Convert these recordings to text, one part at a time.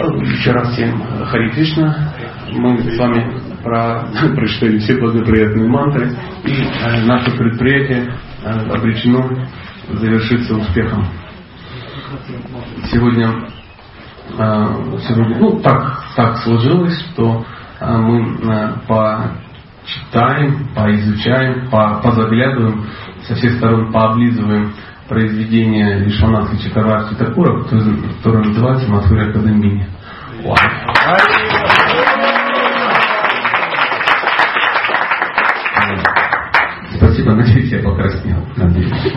Еще раз всем Хари Кришна. Мы с вами прочитали все благоприятные мантры, и наше предприятие обречено завершиться успехом. Сегодня так сложилось, что мы почитаем, поизучаем, позаглядываем, со всех сторон пооблизываем произведение Вишванатха Чакраварти Такура, которое называется Мадхурья Кадамбини. Спасибо, надеюсь, я покраснел. Надеюсь.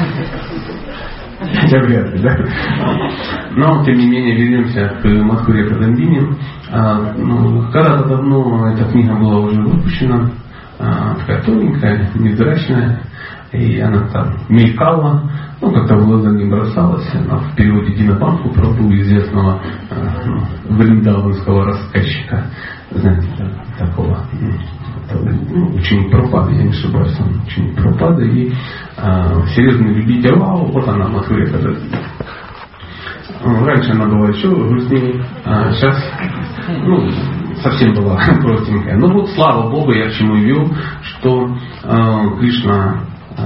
Хотя вряд ли, да? Но, тем не менее, вернемся к Мадхурье Кадамбини. Когда-то давно эта книга была уже выпущена, такая тоненькая, невзрачная, и она там мелькала, как-то в глаза не бросалась. Она в переводе Динабанху Прабху, известного вриндаванского рассказчика, знаете, такого ученик Прабхупады, я не ошибаюсь, он ученик Прабхупады, и серьезный любитель, вот она, Мадхурья Кадамбини. Раньше она была еще грустнее, а сейчас совсем была простенькая. Но вот слава Богу, я к чему вел, что Кришна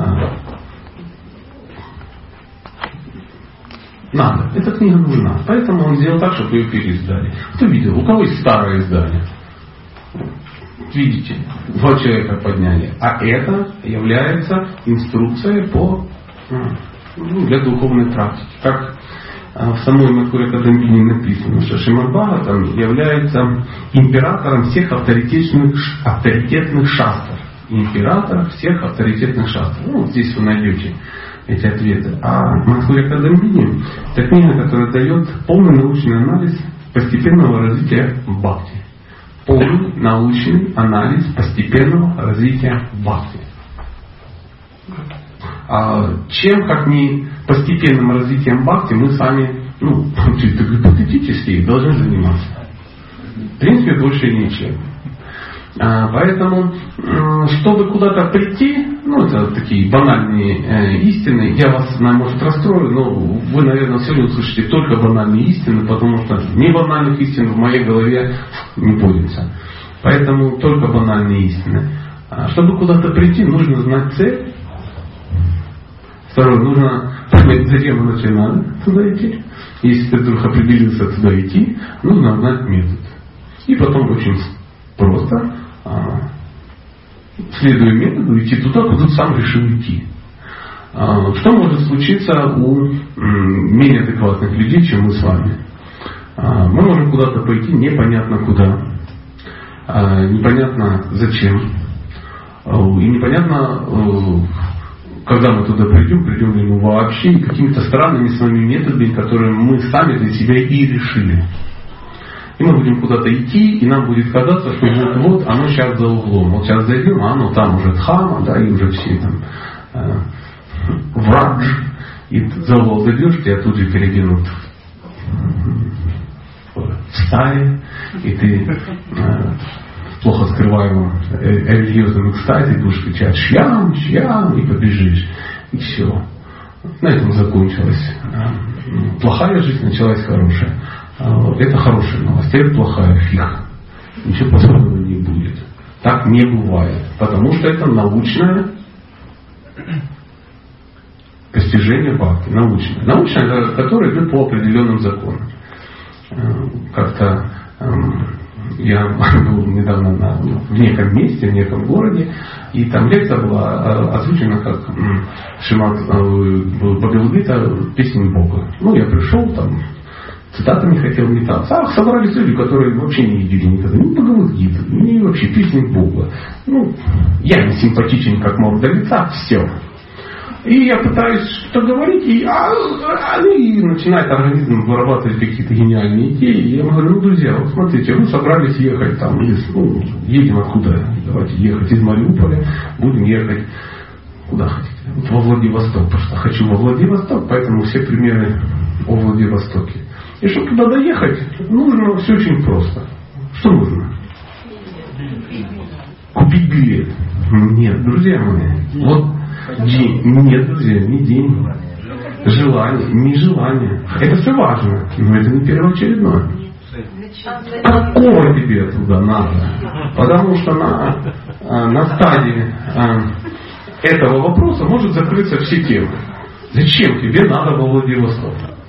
надо. Эта книга нужна. Поэтому он сделал так, чтобы ее переиздали. Кто видел? У кого есть старое издание? Видите, 2 человека подняли. А это является инструкцией для духовной практики. Как в самой Мадхурье Кадамбини написано, что Шримад Бхагаватам является императором всех авторитетных шастр. Император всех авторитетных шастр. Здесь вы найдете эти ответы. А Мадхурья Кадамбини — это книга, которая дает полный научный анализ постепенного развития бхакти. Полный научный анализ постепенного развития бхакти. Чем, как не постепенным развитием бхакти, мы сами, чисто гипотетически, должны заниматься. В принципе, больше ничем. Поэтому, чтобы куда-то прийти, это такие банальные истины, я вас, может, расстрою, но вы, наверное, сегодня услышите только банальные истины, потому что не банальных истин в моей голове не водится. Поэтому только банальные истины. Чтобы куда-то прийти, нужно знать цель. Второе, нужно понять, зачем вообще надо туда идти. Если ты вдруг определился туда идти, нужно знать метод. И потом очень просто, следуя методу, идти туда, куда ты сам решил идти. Что может случиться у менее адекватных людей, чем мы с вами? Мы можем куда-то пойти непонятно куда, непонятно зачем, и непонятно, когда мы туда придем ли мы вообще, и какими-то странными своими методами, которые мы сами для себя и решили. И мы будем куда-то идти, и нам будет казаться, что вот оно сейчас за углом. Вот сейчас зайдем, а оно там уже дхама, и уже все там врадж. И за угол зайдешь, тебя тут же переденут в стае, и ты в плохо скрываемом религиозном экстазе будешь кричать «Шьям, шьям!» и побежишь. И все. На этом закончилось. Плохая жизнь, началась хорошая. Это хорошая новость, это плохая, фиг. Ничего подобного не будет. Так не бывает. Потому что это научное постижение бхакти. Научное, которое идет по определенным законам. Как-то я был недавно в неком месте, в неком городе, и там лекция была озвучена как Шримад Бхагавад-гита «Песнь Бога». Я пришел там, цитатами хотел метаться. Собрались люди, которые вообще не видели никогда ни Бхагавад-гиту, ни вообще «Песнь Бога». Я не симпатичен, как морда лица, все. И я пытаюсь что-то говорить, и начинает организм вырабатывать какие-то гениальные идеи. И я говорю, друзья, вот смотрите, вы собрались ехать там, едем откуда? Давайте ехать из Мариуполя, будем ехать куда хотите. Во Владивосток, потому что хочу во Владивосток, поэтому все примеры о Владивостоке. И чтобы туда доехать, нужно все очень просто. Что нужно? Купить билет. Нет, друзья мои, нет, друзья, не деньги. Желание, не желание. Это все важно, но это не первоочередное. Какого тебе туда надо? Потому что на стадии этого вопроса может закрыться все темы. Зачем тебе надо во Владивосток?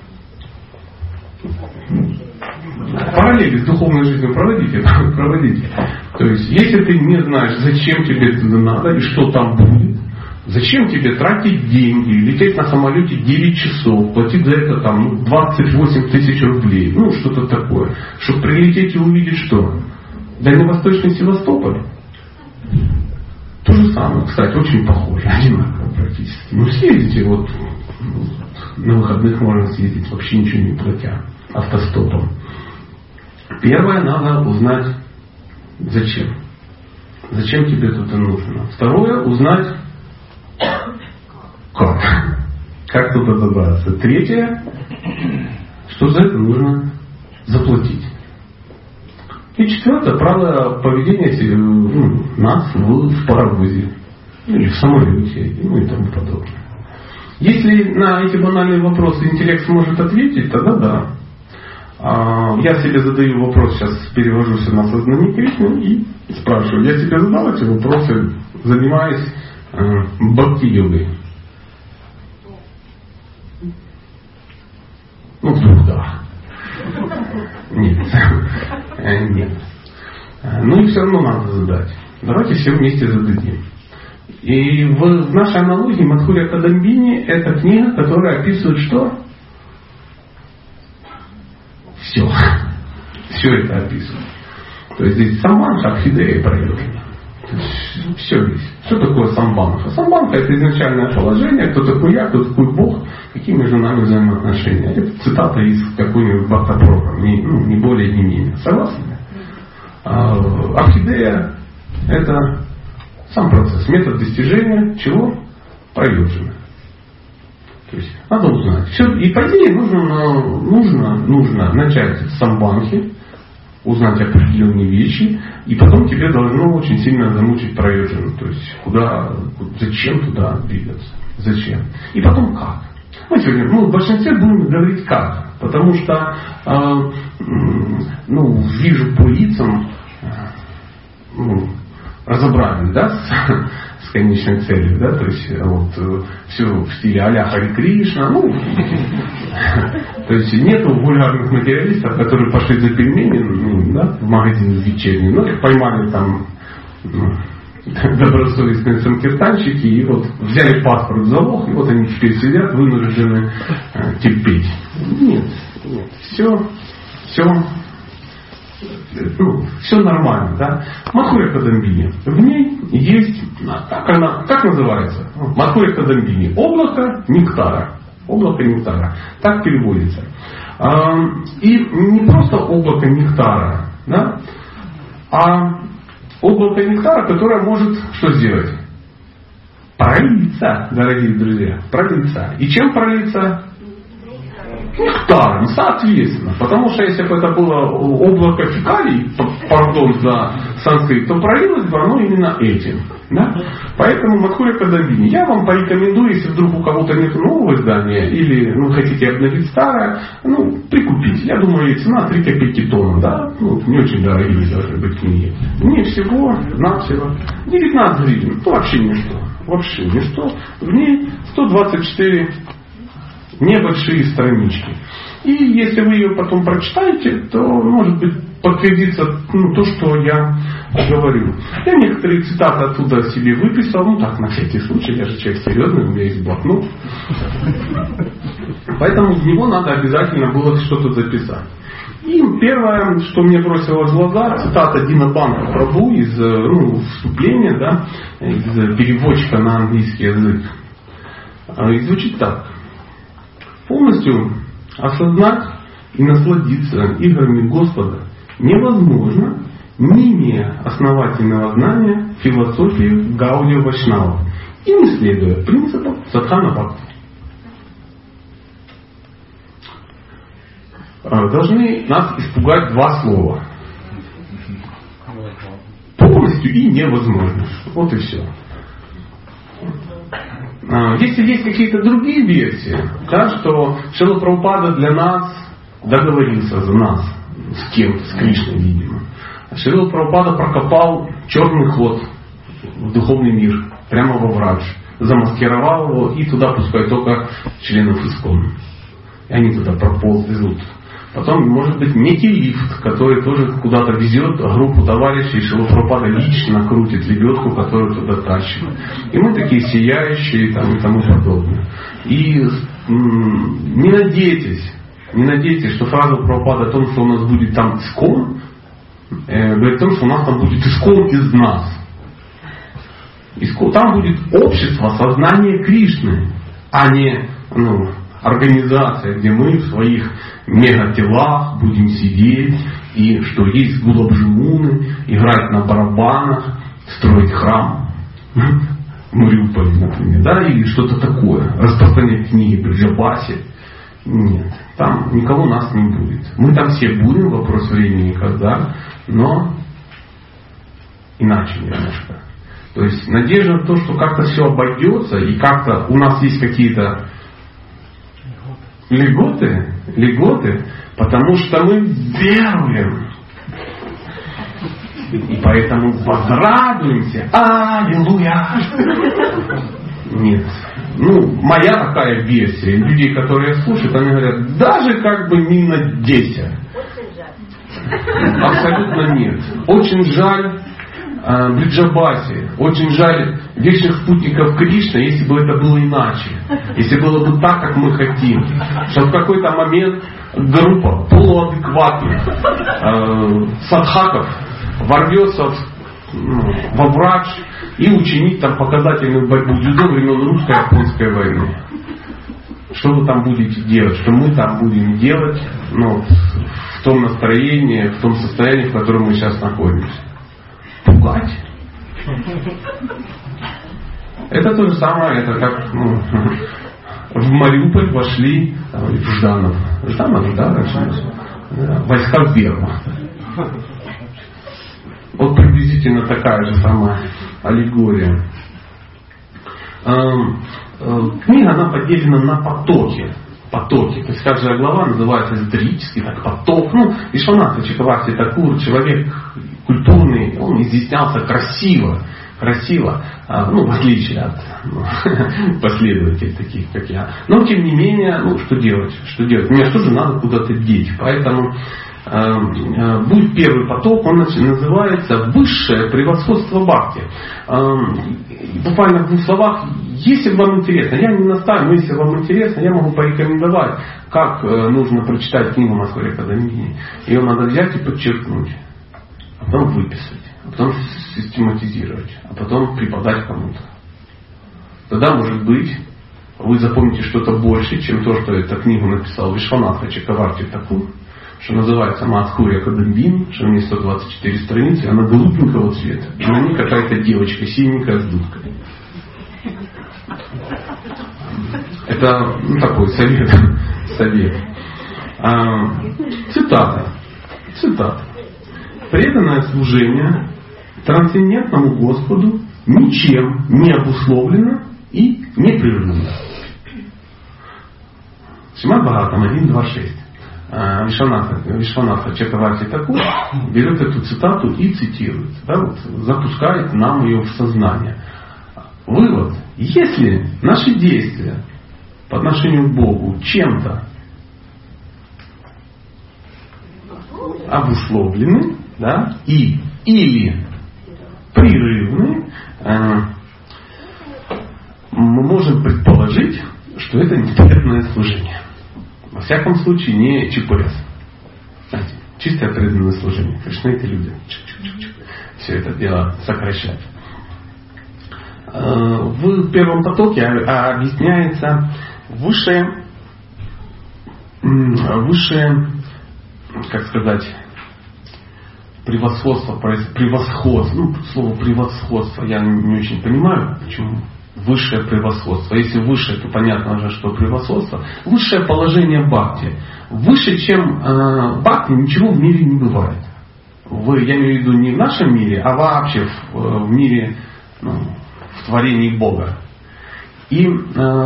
Параллели с духовной жизнью проводите. То есть, если ты не знаешь, зачем тебе это надо и что там будет, зачем тебе тратить деньги, лететь на самолете 9 часов, платить за это там 28 тысяч рублей, что-то такое, чтобы прилететь и увидеть что? Дальневосточный Севастополь? То же самое, кстати, очень похоже, одинаково практически. Съездите, на выходных можно съездить, вообще ничего не платя, автостопом. Первое, надо узнать, зачем. Зачем тебе это нужно. Второе, узнать, как туда добраться. Третье, что за это нужно заплатить. И четвертое, правило поведения нас в паровозе, или в самолете, и тому подобное. Если на эти банальные вопросы интеллект сможет ответить, тогда да. Я себе задаю вопрос, сейчас перевожусь на сознание Кришны и спрашиваю, я себе задал эти вопросы, занимаясь бхакти-йогой. Вдруг да. Нет. И все равно надо задать. Давайте все вместе зададим. И в нашей аналогии Мадхурья Кадамбини это книга, которая описывает что? Все. Все это описывает. То есть здесь самбанха, абхидея и проявление. Все здесь. Что такое самбанха? Самбанха это изначальное положение, кто такой я, кто такой Бог, какие между нами взаимоотношения. Это цитата из какой-нибудь Бхактапрога, не более, не менее. Согласны? Абхидея это сам процесс, метод достижения чего? Проявления. То есть надо узнать. Все, и по идее нужно начать с самбанхи, узнать определенные вещи, и потом тебе должно очень сильно замучить проявление. То есть зачем туда двигаться? Зачем? И потом как? Мы сегодня в большинстве будем говорить как. Потому что вижу по лицам, разобрали, с конечной целью, то есть все в стиле а-ля Хари Кришна, то есть нету вульгарных материалистов, которые пошли за пельмени, в магазин вечерний, их поймали там добросовестные санкиртанщики и взяли паспорт в залог, и они теперь сидят, вынуждены терпеть. Нет, все нормально, Мадхурья Кадамбини. В ней есть, как называется? Мадхурья Кадамбини. Облако нектара. Облако нектара. Так переводится. И не просто облако нектара, а облако нектара, которое может что сделать? Пролиться, дорогие друзья. Пролиться. И чем пролиться? Нектаром, соответственно. Потому что если бы это было облако фекалий, пардон за санскрит, то пролилось бы оно именно этим. Поэтому Мадхурья Кадамбини. Я вам порекомендую, если вдруг у кого-то нет нового издания, или хотите обновить старое, прикупить. Я думаю, цена 3 копейки тонна, не очень дорогие должны быть книги. Мне всего-навсего 19 гривен. Вообще ничто. Вообще ничто. В ней 124 небольшие странички. И если вы ее потом прочитаете, то, может быть, подтвердится то, что я говорю. Я некоторые цитаты оттуда себе выписал, на всякий случай, я же человек серьезный, у меня есть блокнот. Поэтому в него надо обязательно было что-то записать. И первое, что мне бросилось в глаза, цитата Динабанка Прабху из вступления, из переводчика на английский язык. И звучит так. Полностью осознать и насладиться играми Господа невозможно, не имея основательного знания философии Гаудия Вайшнава и не следуя принципам Садхана Бхакти. Должны нас испугать два слова. Полностью и невозможно. Вот и все. Если есть какие-то другие версии, что Шрила Прабхупада для нас договорился за нас с кем-то, с Кришной, видимо. Шрила Прабхупада прокопал черный ход в духовный мир, прямо во Врадж. Замаскировал его и туда пускай только членов ИСККОН. И они туда проползут. Потом может быть некий лифт, который тоже куда-то везет группу товарищей, Шрила Прабхупада лично крутит лебедку, которую туда тащит. И мы такие сияющие там, и тому подобное. И не надейтесь, что фраза Прабхупады о том, что у нас будет там ИСККОН, говорит о том, что у нас там будет ИСККОН из нас. Там будет общество сознания Кришны, а не организация, где мы в своих мегателах будем сидеть и что есть гулабжимуны, играть на барабанах, строить храм в Мариуполе, например, да, или что-то такое, распространять книги Бриджабаси. Нет, там никого у нас не будет. Мы там все будем, вопрос времени когда, но иначе немножко. То есть надежда на то, что как-то все обойдется и как-то у нас есть какие-то льготы, потому что мы веруем. И поэтому возрадуемся. Аллилуйя! Нет. Моя такая версия. Людей, которые слушают, они говорят, даже как бы не на 10. Абсолютно нет. Очень жаль Бриджабаси. Очень жаль вечных спутников Кришны, если бы это было иначе. Если было бы так, как мы хотим. Что в какой-то момент группа полуадекватных садхаков ворвется во Врадж и учинит там показательную борьбу дзюдо времен русско-японской войны. Что вы там будете делать? Что мы там будем делать в том настроении, в том состоянии, в котором мы сейчас находимся? Пугать. Это то же самое, это как в Мариуполь вошли Жданов, да, раньше, войска вермахта. Вот приблизительно такая же самая аллегория. Книга, она поделена на потоки. То есть каждая глава называется эзотерически, так поток. Вишванатха Чакраварти Такур, человек культурный, он изъяснялся красиво, в отличие от последователей таких, как я. Но тем не менее, что делать? Мне тоже надо куда-то деть. Поэтому будет первый поток, он называется «Высшее превосходство бхакти». Буквально в двух словах, если вам интересно, я не настаиваю, но если вам интересно, я могу порекомендовать, как нужно прочитать книгу Москвы Академии. Ее надо взять и подчеркнуть, а потом выписать, а потом систематизировать, а потом преподать кому-то. Тогда, может быть, вы запомните что-то больше, чем то, что эту книгу написал Вишванатха Чакраварти Такур, что называется Мадхурья Кадамбин, что у нее 124 страницы, она голубенького цвета. И на ней какая-то девочка синенькая с дудкой. Это такой совет. Цитата. Преданное служение трансцендентному Господу ничем не обусловлено и непрерывно. Шримад Бхагаватам 1.2.6. Вишванатха Чакраварти Такур берет эту цитату и цитирует, запускает нам ее в сознание. Вывод. Если наши действия по отношению к Богу чем-то обусловлены, или прерывны, мы можем предположить, что это не преданное служение. Во всяком случае, не ЧПС. Знаете, чистое преданное служение. Кришна это люди. Все это дело сокращать. В первом потоке объясняется высшее, как сказать, превосходство. Слово превосходство я не очень понимаю, почему. Высшее превосходство. Если высшее, то понятно уже, что превосходство. Высшее положение бхакти. Выше, чем бхакти, ничего в мире не бывает. Я имею в виду не в нашем мире, а вообще в мире, в творении Бога. И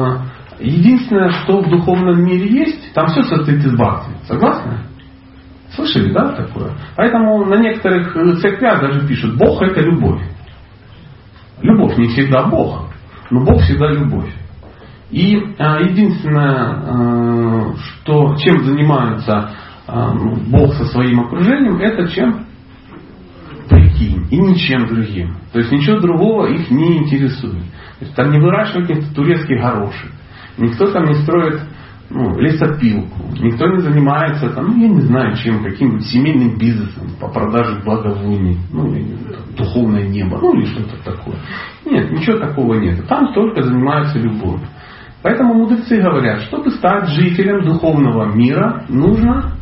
единственное, что в духовном мире есть, там все состоит из бхакти. Согласны? Слышали, да, такое? Поэтому на некоторых церквях даже пишут: Бог — это любовь. Любовь не всегда Бог, но Бог всегда любовь. И единственное, чем занимается Бог со своим окружением, это чем? Прикинь. И ничем другим. То есть ничего другого их не интересует. То есть там не выращивают каких-то турецких горошек. Никто там не строит лесопилку. Никто не занимается там, я не знаю чем, каким-нибудь семейным бизнесом по продаже благовоний. Духовное небо. Или что-то такое. Нет, ничего такого нет. Там только занимаются любовью. Поэтому мудрецы говорят, чтобы стать жителем духовного мира, нужно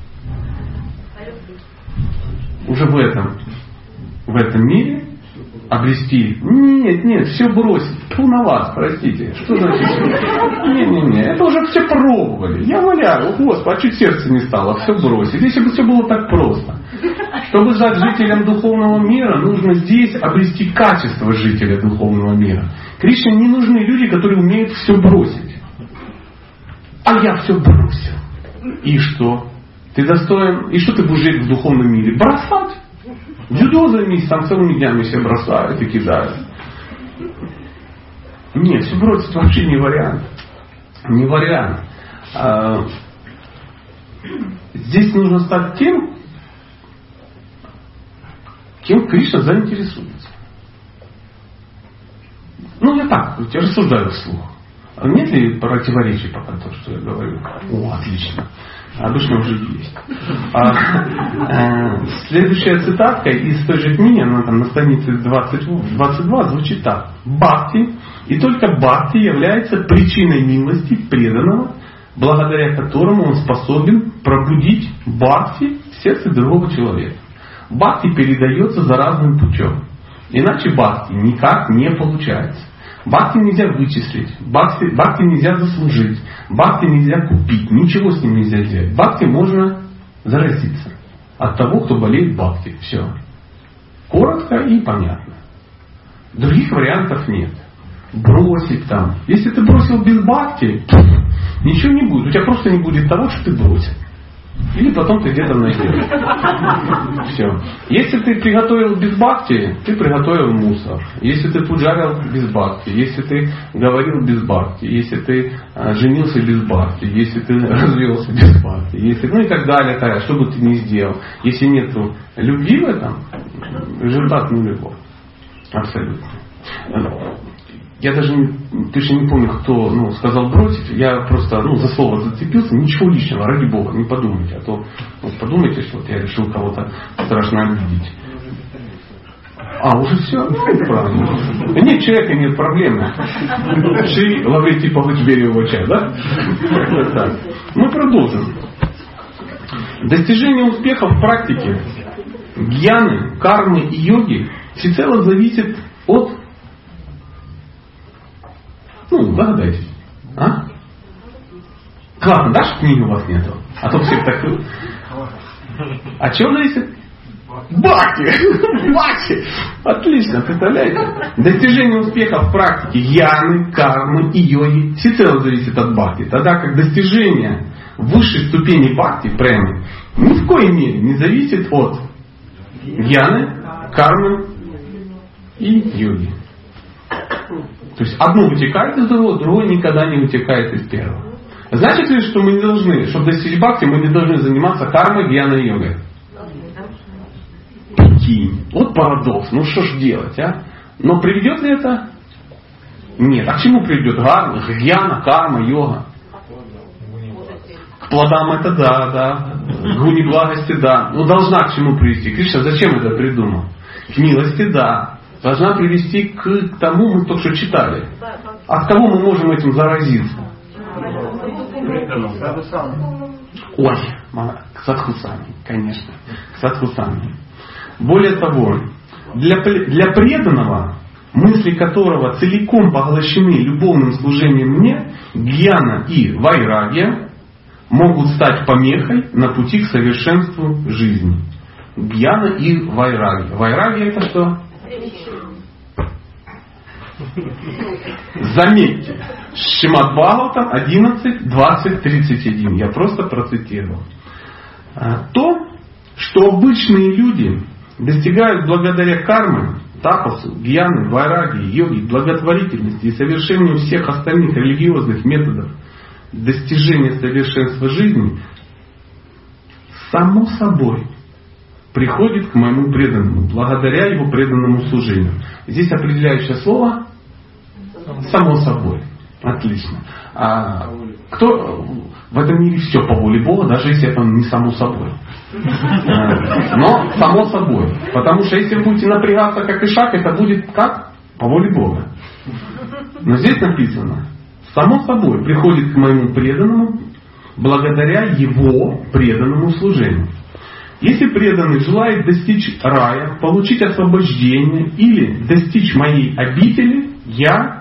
уже в этом мире обрести. Нет, все бросить. На вас, простите. Что значит? Не, это уже все пробовали. Я валяю, Господи, а чуть сердце не стало, все бросить. Если бы все было так просто. Чтобы стать жителем духовного мира, нужно здесь обрести качество жителя духовного мира. Кришне не нужны люди, которые умеют все бросить. А я все бросил. И что? Ты достоин? И что ты будешь жить в духовном мире? Бросать? Дзюдо займись, там целыми днями все бросают и кидают. Нет, все бросить вообще не вариант. Не вариант. Здесь нужно стать тем, кем Кришна заинтересуется. Я так, рассуждаю вслух. Нет ли противоречий пока то, что я говорю? Отлично. Обычно уже есть. Следующая цитатка из той же книги, она там на странице 22 звучит так. Бхакти, и только бхакти является причиной милости преданного, благодаря которому он способен пробудить бхакти в сердце другого человека. Бхакти передается заразным путем. Иначе бхакти никак не получается. Бхакти нельзя вычислить, бхакти нельзя заслужить, бхакти нельзя купить, ничего с ним нельзя сделать. Бхакти можно заразиться от того, кто болеет бхакти. Все. Коротко и понятно. Других вариантов нет. Бросить там. Если ты бросил без бхакти, ничего не будет. У тебя просто не будет того, что ты бросил. Или потом ты где-то найдешь. Все. Если ты приготовил без бхакти, ты приготовил мусор. Если ты пуджарил без бхакти, если ты говорил без бхакти, если ты женился без бхакти, если ты развелся без бхакти, если, и так далее, что бы ты ни сделал. Если нет любви в этом, результат нулевой. Абсолютно. Я даже точно не помню, кто сказал бросить. Я просто за слово зацепился. Ничего личного, ради Бога, не подумайте. А то подумайте, что я решил кого-то страшно обидеть. Уже все? Правильно. Нет человека, нет проблемы. Шри Лаврентий Павлович Бериев-Чай, да? Так. Мы продолжим. Достижение успеха в практике гьяны, кармы и йоги всецело зависит от... догадайтесь. Классно, да, что книги у вас нету? А то всех так... А чего зависит? Бхакти! Отлично, представляете? Достижение успеха в практике гьяны, кармы и йоги всецело зависит от бхакти. Тогда как достижение высшей ступени бхакти, прямо, ни в коей мере не зависит от гьяны, кармы и йоги. То есть одно вытекает из другого, другое никогда не вытекает из первого. Значит ли, что мы не должны, чтобы достичь бхакти, мы не должны заниматься кармой, гьяной и йогой? Прикинь. Вот парадокс. Что ж делать, а? Но приведет ли это? Нет. А к чему приведет? Гьяна, карма, йога. К плодам это да. К гуне благости да. Должна к чему привести? Кришна зачем это придумал? К милости да. Должна привести к тому, мы только что читали. От кого мы можем этим заразиться? Ой, к садхусами, конечно. К садхусами. Более того, для преданного, мысли которого целиком поглощены любовным служением мне, гьяна и вайрагья могут стать помехой на пути к совершенству жизни. Гьяна и вайрагья. Вайрагья это что? Заметьте, Шримад Бхагаватам 11, 20, 31. Я просто процитировал. то, что обычные люди достигают благодаря карме, тапасу, гьяны, вайраги, йоги, благотворительности и совершению всех остальных религиозных методов достижения совершенства жизни, само собой приходит к моему преданному, благодаря его преданному служению. Здесь определяющее слово само собой. Отлично. Кто в этом мире все по воле Бога, даже если это не само собой. Но само собой. Потому что если вы будете напрягаться как ишак, это будет как? По воле Бога. Но здесь написано, само собой приходит к моему преданному благодаря его преданному служению. Если преданный желает достичь рая, получить освобождение или достичь моей обители, я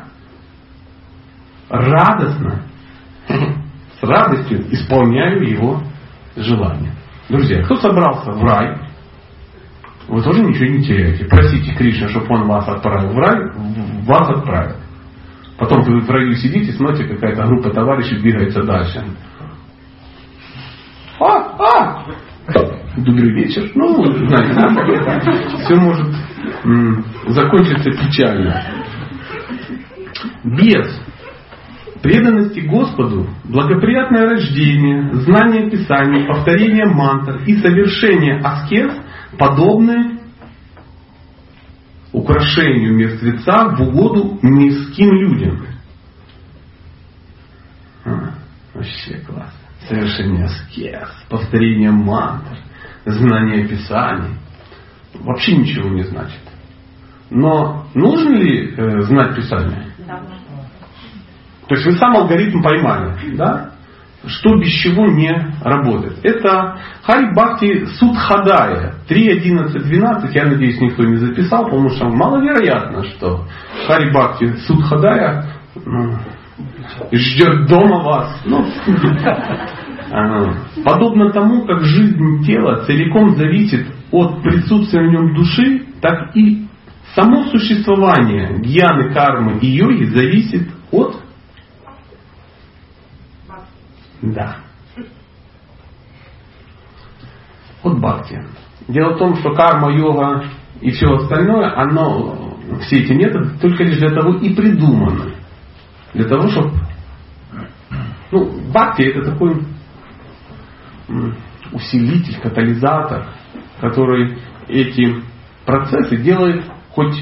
радостно, с радостью исполняю его желание. Друзья, кто собрался в рай, вы тоже ничего не теряете. Просите Кришну, чтобы он вас отправил в рай, вас отправит. Потом вы в раю сидите, смотрите, какая-то группа товарищей двигается дальше. Добрый вечер. Ну, знаете, все может закончиться печально. Без преданности Господу, благоприятное рождение, знание Писаний, повторение мантр и совершение аскез подобны украшению мертвеца в угоду низким людям. Вообще классно. Совершение аскез, повторение мантр, знание Писаний. Вообще ничего не значит. Но нужно ли знать Писание? Да. То есть вы сам алгоритм поймали, да? Что без чего не работает. Это Хари Бхакти Судхадая 3.11.12. Я надеюсь, никто не записал, потому что маловероятно, что Хари Бхакти Судхадая ждет дома вас. Подобно тому, как жизнь тела целиком зависит от присутствия в нем души, так и само существование гьяны, кармы и йоги зависит от от бхакти. Дело в том, что карма, йога и все остальное, все эти методы только лишь для того и придуманы. Для того, чтобы бхакти это такой усилитель, катализатор, который эти процессы делает хоть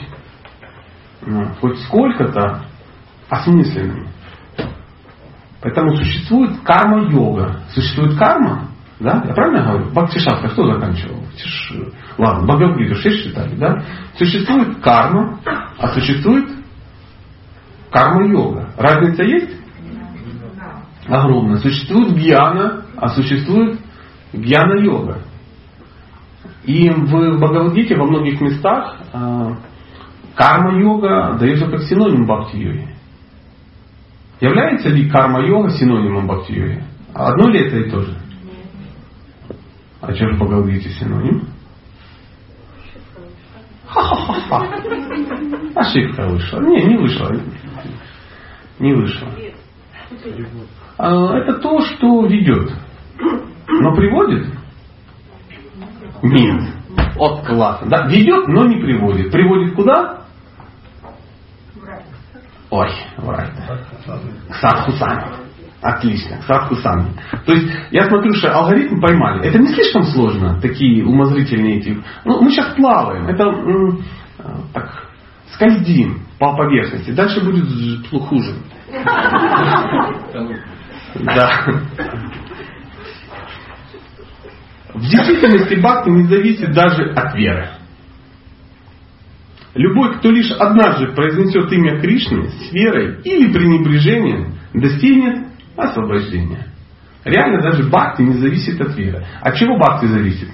сколько-то осмысленными. Поэтому существует карма-йога. Существует карма, да? Я правильно говорю? Бхакти-шастра кто заканчивал? Ладно, Бхагавад-гиту 6 читали, да? Существует карма, а существует карма-йога. Разница есть? Огромная. Существует гьяна, а существует гьяна-йога. И в Бхагавад-гите во многих местах карма-йога дается как синоним бхакти-йоги. Является ли карма-йога синонимом бхакти-йоги? Одно ли это и то же? А что же в Бхагавад-гите синоним? Ха-ха-ха-ха. Ошибка вышла. Не вышла. Не вышла. Это то, что ведет. Но приводит? Нет. Вот классно. Да? Ведет, но не приводит. Приводит куда? Ой, в рай. К садхусами. Отлично, к садхусами. То есть, я смотрю, что алгоритм поймали. Это не слишком сложно, такие умозрительные эти. Мы сейчас плаваем. Это так, скользим по поверхности. Дальше будет хуже. Да. В действительности бхакти не зависит даже от веры. Любой, кто лишь однажды произнесет имя Кришны с верой или пренебрежением, достигнет освобождения. Реально даже бхакти не зависит от веры. От чего бхакти зависит?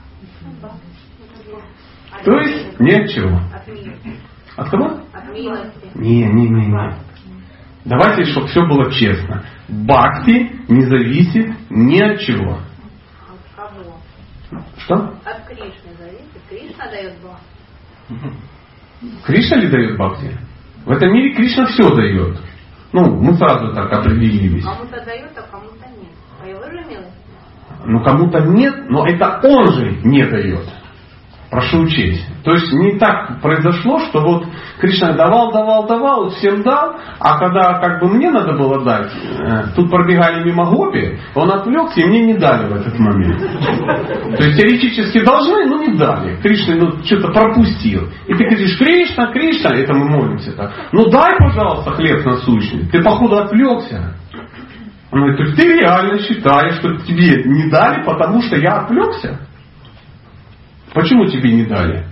То есть ни от чего. От кого? От милости. Не. Давайте, чтобы все было честно. Бхакти не зависит ни от чего. От кого? Что? От Кришны зависит. Кришна дает бхакти. Кришна ли дает бхакти? В этом мире Кришна все дает. Мы сразу так определились. Кому-то дает, а кому-то нет. А его же Ну кому-то нет, но это он же не дает. Прошу учесть. То есть не так произошло, что вот Кришна давал, всем дал, а когда как бы мне надо было дать, тут пробегали мимо гопи, он отвлекся и мне не дали в этот момент. То есть теоретически должны, но не дали. Кришна что-то пропустил. И ты говоришь, Кришна, это мы молимся так. Ну дай, пожалуйста, хлеб насущный. Ты походу отвлекся. Он говорит, то есть ты реально считаешь, что тебе не дали, потому что я отвлекся? Почему тебе не дали?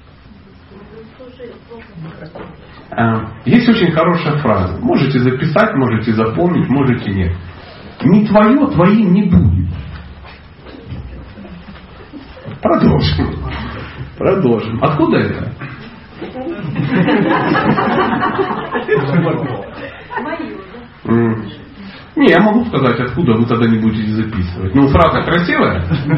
Есть очень хорошая фраза. Можете записать, можете запомнить, можете нет. Не твое, твоим не будет. Продолжим. Откуда это? Не, я могу сказать, откуда, вы тогда не будете записывать. Ну, фраза красивая.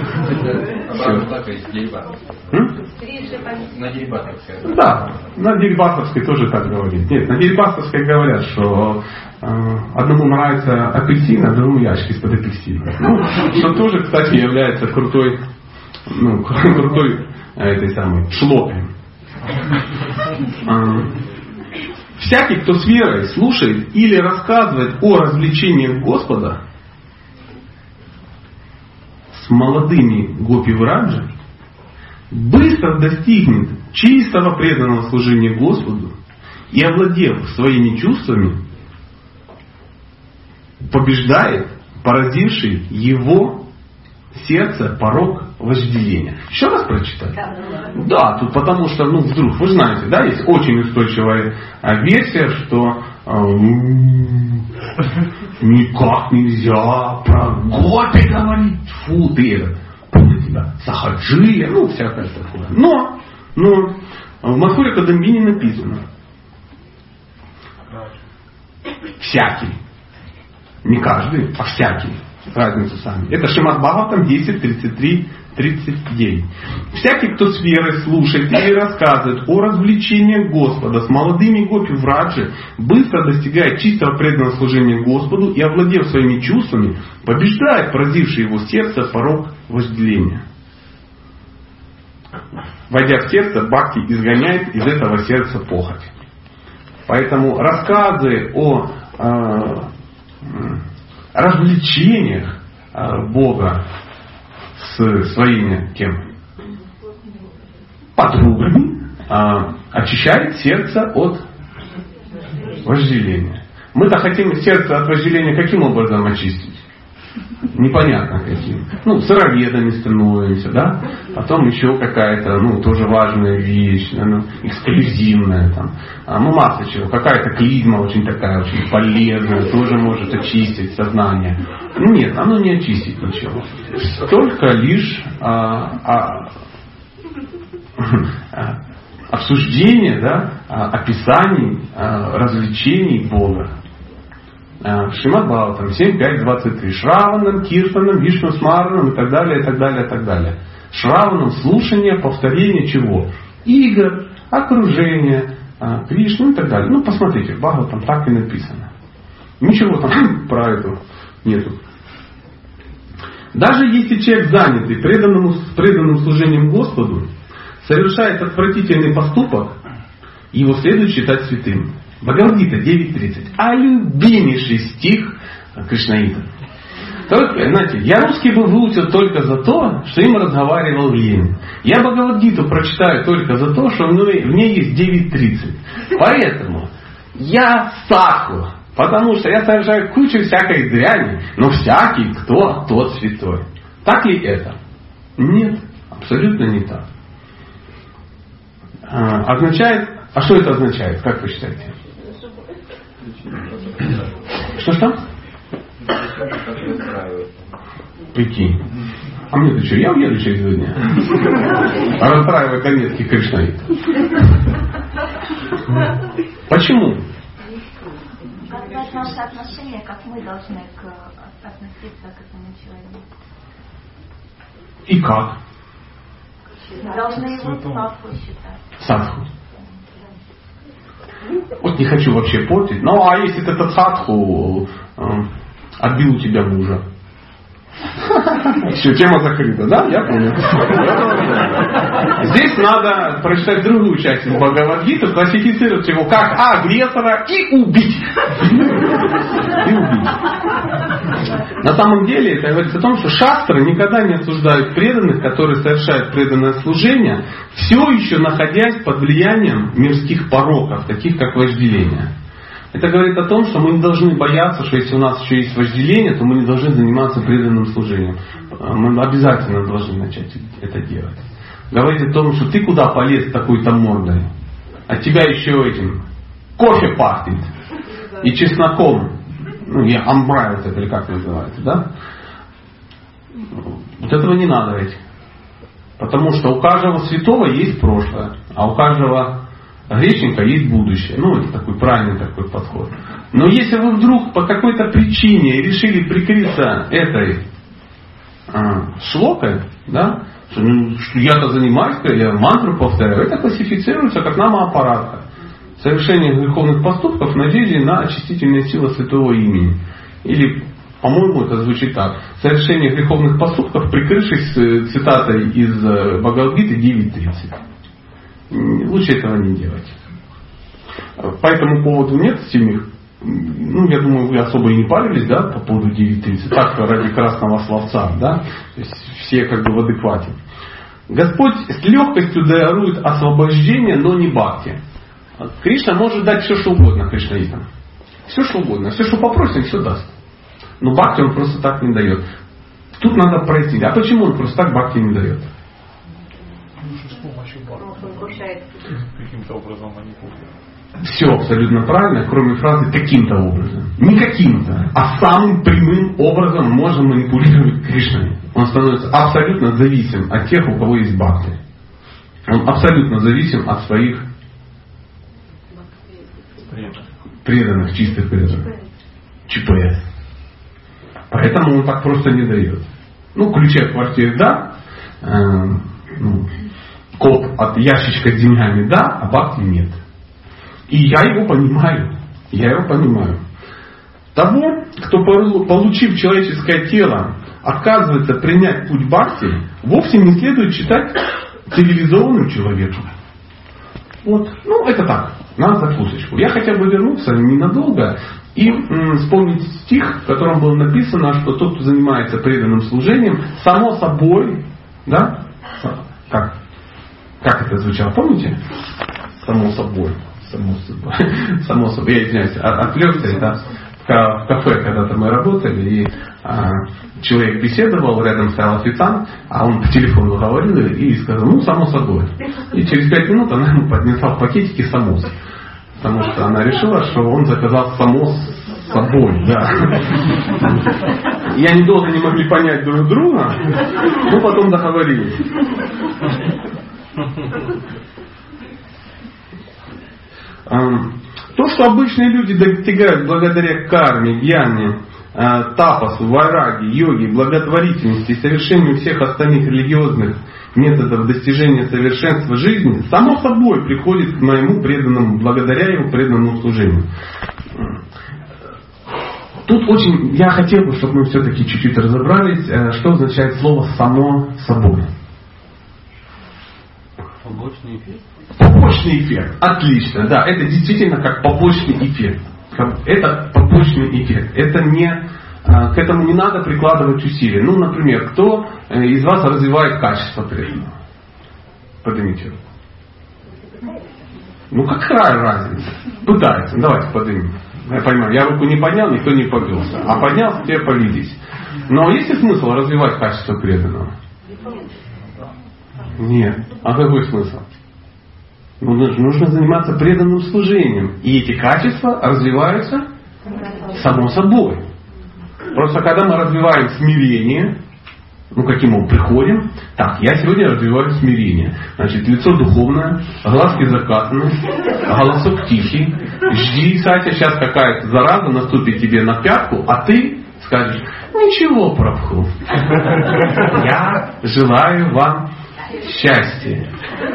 На Дерибасовской. Да, на Дерибасовской тоже так говорит. Нет, на Дерибасовской говорят, что одному нравится апельсин, а другому ящик из-под апельсина. Ну, что тоже, кстати, является крутой этой самой шлопой. Всякий, кто с верой слушает или рассказывает о развлечениях Господа с молодыми гопи-враджи, быстро достигнет чистого преданного служения Господу и, овладев своими чувствами, побеждает поразивший его сердце порок вожделения. Еще раз прочитать? Да, тут потому что, вдруг, вы знаете, да, есть очень устойчивая версия, что никак нельзя про гопи говорить, фу, ты этот, помните, да, сахаджи, всякое такое. Но в Мадхурья Кадамбини написано всякий, не каждый, а всякий. Разницу сами. Это Шримад Бхагаватам 10.33.39. Всякий, кто с верой слушает или рассказывает о развлечениях Господа с молодыми гопи-враджи, быстро достигает чистого преданного служения Господу и, овладев своими чувствами, побеждает поразивший его сердце порок вожделения. Войдя в сердце, бхакти изгоняет из этого сердца похоть. Поэтому рассказы о развлечениях Бога с своими подругами очищает сердце от вожделения. Мы-то хотим сердце от вожделения каким образом очистить? Непонятно каким. Сыроведами становимся, да? Потом еще какая-то, тоже важная вещь, эксклюзивная там. Масса чего. Какая-то клизма очень такая, очень полезная, тоже может очистить сознание. Нет, оно не очистит ничего. Только лишь обсуждение, да, описаний, развлечений Бога. Шримад Бхагаватам 7.5.23. Шраванам, Киртанам, Вишну Смаранам и так далее, и так далее, и так далее. Шраванам слушание, повторение чего? Игр, окружение, Кришну и так далее. Посмотрите, в Бхагаватам так и написано. Ничего там про это нету. Даже если человек занятый преданным служением Господу совершает отвратительный поступок, его следует считать святым. Бхагавад-гита 9.30. А любимейший стих Кришнаита. Только, знаете, я русский бы выучил только за то, что им разговаривал Ленин. Я Бхагавад-гиту прочитаю только за то, что в ней есть 9.30. Поэтому я садху, потому что я совершаю кучу всякой дряни, но всякий, кто тот святой. Так ли это? Нет, абсолютно не так. Означает, а что это означает, как вы считаете? Что? Прикинь. А мне-то что, я уеду через 2 дня? А расстраивай конецкий Кришнаит. Почему? Как наше отношение, как мы должны относиться к этому человеку? И как? Должны его садху считать. Садху. Вот не хочу вообще портить. А если этот садху отбил у тебя мужа? Все, тема закрыта, да? Я понял. Здесь надо прочитать другую часть из Бхагавад-гиты, классифицировать его как агрессора и убить. И убить. На самом деле это говорится о том, что шастры никогда не осуждают преданных, которые совершают преданное служение, все еще находясь под влиянием мирских пороков, таких как вожделение. Это говорит о том, что мы не должны бояться, что если у нас еще есть вожделение, то мы не должны заниматься преданным служением. Мы обязательно должны начать это делать. Говорит о том, что ты куда полез такой-то мордой, от тебя еще этим кофе пахнет и чесноком, и амбрай, вот это, или как называется, да? Вот этого не надо ведь. Потому что у каждого святого есть прошлое, а у каждого грешника есть будущее. Это такой правильный такой подход. Но если вы вдруг по какой-то причине решили прикрыться этой шлокой, да, что я-то занимаюсь, я мантру повторяю, это классифицируется как намаапарадха. Совершение греховных поступков в надежде на очистительные силы святого имени. Или, по-моему, это звучит так. Совершение греховных поступков, прикрывшись цитатой из Бхагавад-гиты 9.30. Лучше этого не делать. По этому поводу нет стимих. Я думаю, вы особо и не парились, да, по поводу 9.30. Так, ради красного словца, да. То есть все как бы в адеквате. Господь с легкостью дарует освобождение, но не бхакти. Кришна может дать все, что угодно кришнаитам. Все, что угодно. Все, что попросим, все даст. Но бхакти он просто так не дает. Тут надо прояснить. А почему он просто так бхакти не дает? С помощью бхакти. Каким-то образом манипулирует. Все абсолютно правильно, кроме фразы «каким-то образом». Не каким-то, а самым прямым образом можно манипулировать Кришной. Он становится абсолютно зависим от тех, у кого есть бхакти. Он абсолютно зависим от своих преданных, чистых преданных. ЧПС. Поэтому он так просто не дает. Ключи от квартиры да, код от ящичка с деньгами да, а бхакти нет. И я его понимаю. Того, кто, получив человеческое тело, отказывается принять путь бхакти, вовсе не следует считать цивилизованным человеком. Это так, на закусочку. Я хотел бы вернуться ненадолго и вспомнить стих, в котором было написано, что тот, кто занимается преданным служением, само собой, да? Как это звучало, помните? Само собой, я извиняюсь, отвлекся, это в кафе когда-то мы работали, и человек беседовал, рядом стоял официант, а он по телефону говорил и сказал, само собой. И через 5 минут она ему поднесла в пакетике самос. Потому что она решила, что он заказал самос с собой. Да. И они долго не могли понять друг друга, но потом договорились. То, что обычные люди достигают благодаря карме, гьяне, тапасу, вайраги, йоге, благотворительности и совершению всех остальных религиозных методов достижения совершенства жизни, само собой приходит к моему преданному, благодаря его преданному служению. Тут я хотел бы, чтобы мы все-таки чуть-чуть разобрались, что означает слово «само собой». Побочный эффект. Побочный эффект. Отлично. Да, это действительно как побочный эффект. Это побочный эффект. Это не, к этому не надо прикладывать усилия. Например, кто из вас развивает качество преданного? Поднимите руку. Какая разница? Пытается. Давайте поднимем. Я понимаю, я руку не поднял, никто не повелся. А поднял, теперь повелись. Но есть ли смысл развивать качество преданного? Нет. А какой смысл? Нужно заниматься преданным служением. И эти качества развиваются само собой. Просто когда мы развиваем смирение, каким мы приходим, я сегодня развиваю смирение. Значит, лицо духовное, глазки закатаны, голосок тихий. Жди, Сатя, сейчас какая-то зараза наступит тебе на пятку, а ты скажешь, ничего, Прабху. Я желаю вам счастья.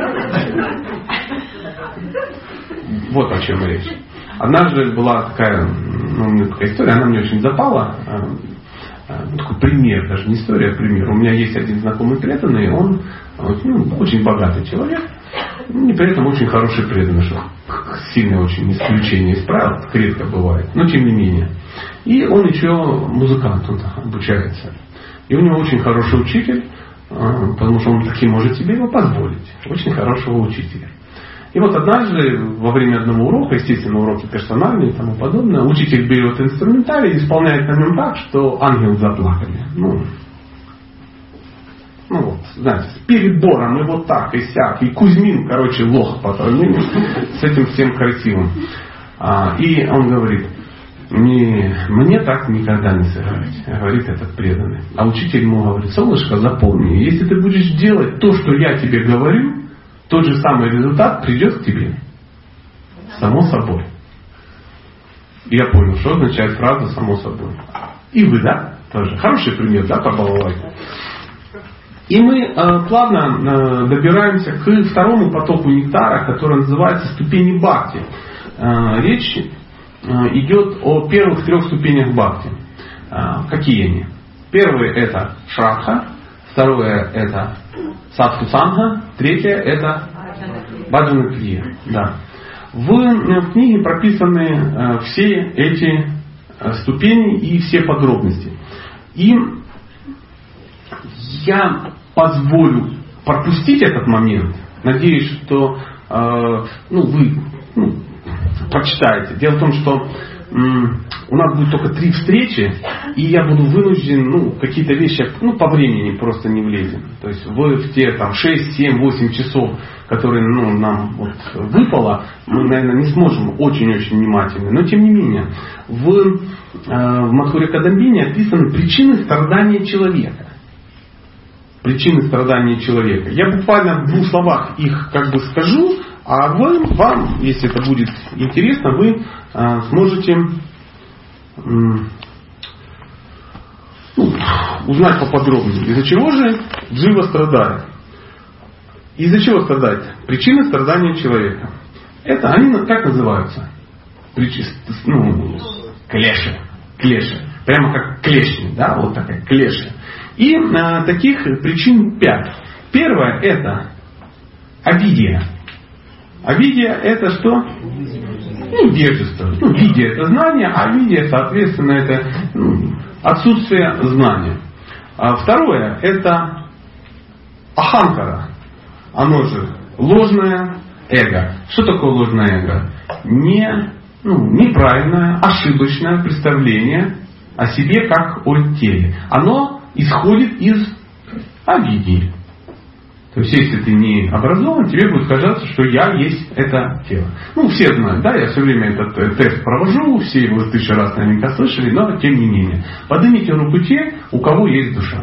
Вот о чем речь. Однажды была такая история, она мне очень запала. такой пример, даже не история, а пример. У меня есть один знакомый преданный, он очень богатый человек, и при этом очень хороший преданный, что сильное очень исключение из правил, редко бывает, но тем не менее. И он еще музыкант, он обучается. И у него очень хороший учитель, потому что он таки может себе его позволить. Очень хорошего учителя. И вот однажды, во время одного урока, естественно, уроки персональные и тому подобное, учитель берет инструментарий и исполняет на нем так, что ангелы заплакали. Вот, знаете, с перебором, и вот так, и сяк, и Кузьмин, короче, лох по сравнению с этим всем красивым. И он говорит, мне так никогда не сыграть, говорит этот преданный. А учитель ему говорит, солнышко, запомни, если ты будешь делать то, что я тебе говорю, тот же самый результат придет к тебе. Само собой. И я понял, что означает фраза «само собой». И вы, да? Тоже. Хороший пример, да, побаловать. И мы плавно добираемся к второму потоку нектара, который называется ступени бхакти. Речь идет о первых 3 ступенях бхакти. Какие они? Первые это шрадха, второе это садху-санга, третье это баджана-крия. Да. В книге прописаны все эти ступени и все подробности. И я позволю пропустить этот момент. Надеюсь, что вы прочитаете. Дело в том, что у нас будет только 3 встречи, и я буду вынужден какие-то вещи по времени просто не влезем. То есть в те 6, 7, 8 часов, которые нам выпало, мы, наверное, не сможем очень-очень внимательно. Но тем не менее, в Мадхурья Кадамбини описаны причины страдания человека. Причины страдания человека. Я буквально в 2 словах их скажу, а вам, если это будет интересно, вы сможете узнать поподробнее, из-за чего же джива страдает. Из-за чего страдает? Причины страдания человека. Это они как называются? Клеши. Прямо как клешни, да, вот такая клешня. И таких причин 5. Первое это авидия. Авидия это что? Невежество. Видия это знание, а авидия, соответственно, это отсутствие знания. Второе это аханкара. Оно же ложное эго. Что такое ложное эго? Неправильное, ошибочное представление о себе как о теле. Оно исходит из авидии. То есть, если ты не образован, тебе будет казаться, что я есть это тело. Все знают, да, я все время этот тест провожу, все его 1000 раз наверняка слышали, но тем не менее. Поднимите руку те, у кого есть душа.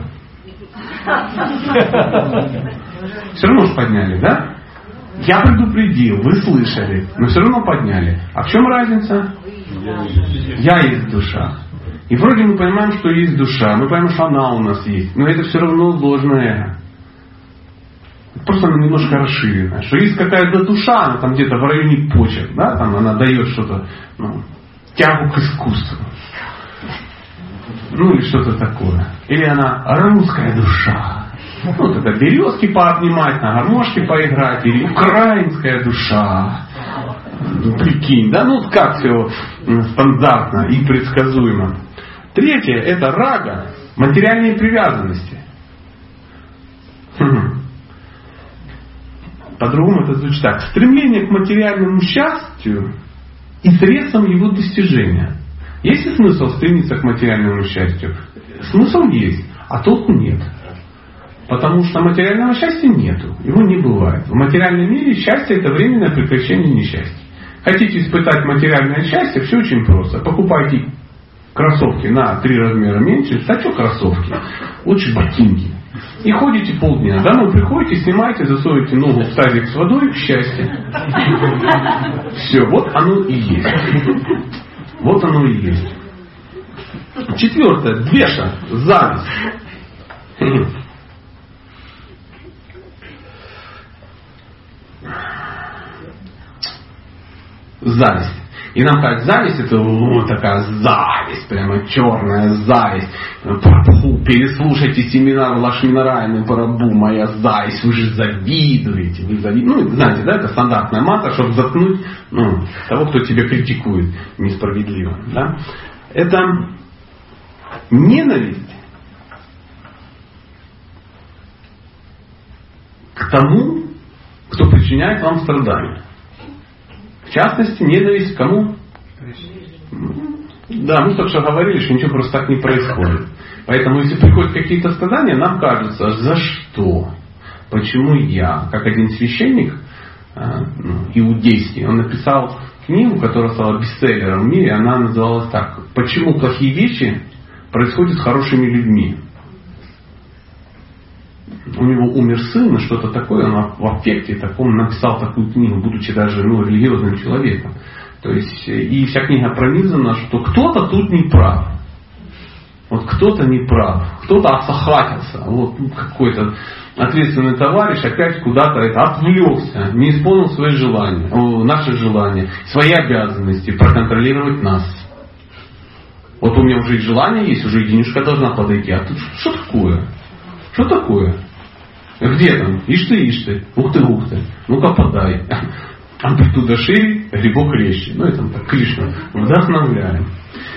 Все равно же подняли, да? Я предупредил, вы слышали, но все равно подняли. А в чем разница? Я есть душа. И вроде мы понимаем, что есть душа, мы понимаем, что она у нас есть, но это все равно ложное эго. Просто она немножко расширена. Что есть какая-то душа, она там где-то в районе почек, да, там она дает что-то, тягу к искусству. Или что-то такое. Или она русская душа. Тогда березки пообнимать, на гармошке поиграть. Или украинская душа. Прикинь, да, как все стандартно и предсказуемо. Третье это рага, материальные привязанности. По-другому это звучит так. Стремление к материальному счастью и средствам его достижения. Есть ли смысл стремиться к материальному счастью? Смысл есть, а толку нет. Потому что материального счастья нету. Его не бывает. В материальном мире счастье это временное прекращение несчастья. Хотите испытать материальное счастье? Все очень просто. Покупайте кроссовки на 3 размера меньше. А что кроссовки? Лучше ботинки. И ходите полдня. Домой приходите, снимаете, засовываете ногу в тазик с водой, счастье. Все, вот оно и есть. Вот оно и есть. 4. Двеша. Зависть. Зависть. И нам кажется, зависть это такая зависть, прямо черная зависть. Прабху, переслушайте семинар Лакшминараяны Прабху, моя зависть, вы же завидуете. Ну, знаете, да, это стандартная мантра, чтобы заткнуть того, кто тебя критикует несправедливо. Да? Это ненависть к тому, кто причиняет вам страдания. В частности, ненависть к кому? Да, мы только что говорили, что ничего просто так не происходит. Поэтому, если приходят какие-то страдания, нам кажется, за что? Почему я? Как один священник иудейский, он написал книгу, которая стала бестселлером в мире, она называлась так: «Почему плохие вещи происходят с хорошими людьми?» У него умер сын, что-то такое, он в аффекте таком написал такую книгу, будучи даже религиозным человеком. То есть, и вся книга пронизана, что кто-то тут не прав. Вот кто-то не прав, кто-то осохатился. Вот какой-то ответственный товарищ опять куда-то отвлекся, не исполнил свои желания, наши желания, свои обязанности проконтролировать нас. Вот у меня уже и желание есть, уже и денежка должна подойти. А тут что такое? Что такое? Где там? Ишь ты. Ух ты. Ну-ка подай. Амплитуда шире, грибок резче. Ну это так, Кришна. Вдохновляем.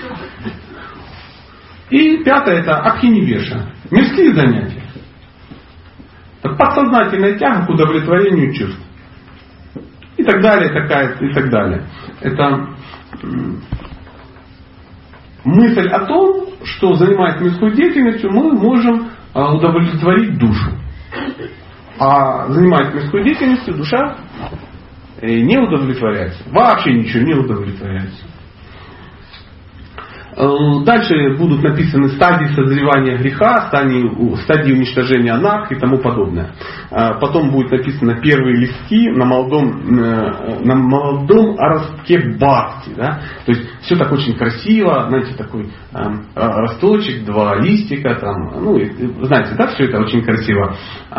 И пятое это абхинивеша. Мирские занятия. Это подсознательная тяга к удовлетворению чувств. И так далее, и так далее. Это мысль о том, что занимаясь мирской деятельностью, мы можем удовлетворить душу. А занимаясь мирской деятельностью, душа не удовлетворяется. Вообще ничего не удовлетворяется. Дальше будут написаны стадии созревания греха, стадии уничтожения анархии и тому подобное. Потом будет написано первые листки на молодом ростке бхакти. Да? То есть все так очень красиво, знаете, такой росточек, 2 листика, там, ну, знаете, да, все это очень красиво.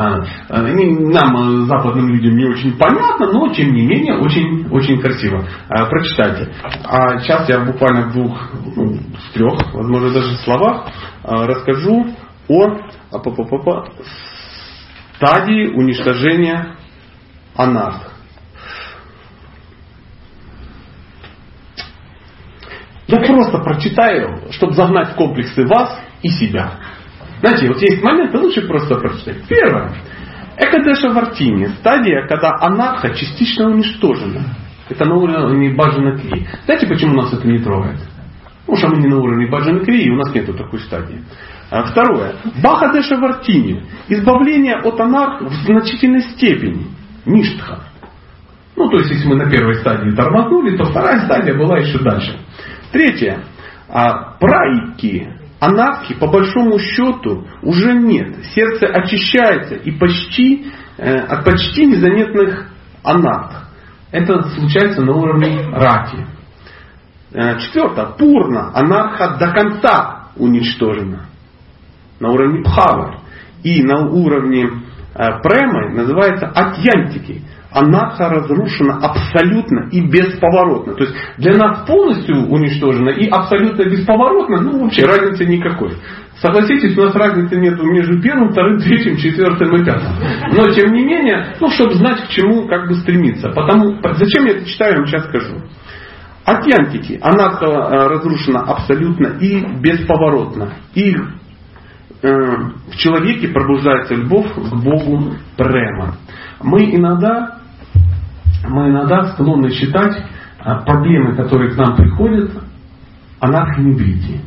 Нам, западным людям, не очень понятно, но тем не менее очень, очень красиво. Прочитайте. А сейчас я буквально в 3, возможно, даже словах расскажу о стадии уничтожения анарх. Я просто прочитаю, чтобы загнать в комплексы вас и себя. Знаете, вот есть моменты, лучше просто прочитать. Первое. Экадеша Вартини. Стадия, когда анарха частично уничтожена. Это на уровне баджана крии. Знаете, почему нас это не трогает? Потому что мы не на уровне баджана крии, и у нас нету такой стадии. Второе. Бахадеша Вартини. Избавление от анарх в значительной степени. Ништха. Ну, то есть, если мы на первой стадии тормознули, то вторая стадия была еще дальше. Третье. Праики, анархи, по большому счету, уже нет. Сердце очищается и от почти незаметных анарх. Это случается на уровне рати. Четвертое. Пурна, анарха до конца уничтожена. На уровне бхавы. И на уровне премы называется атьянтики. Анарха разрушена абсолютно и бесповоротно. То есть для нас полностью уничтожена и абсолютно бесповоротно, ну вообще разницы никакой. Согласитесь, у нас разницы нет между первым, вторым, третьим, четвертым и пятым. Но тем не менее, чтобы знать, к чему как бы стремиться. Зачем я это читаю, я вам сейчас скажу. Атьянтики. Анарха разрушена абсолютно и бесповоротно. И в человеке пробуждается любовь к Богу према. Мы иногда склонны считать проблемы, которые к нам приходят, анархоневрити.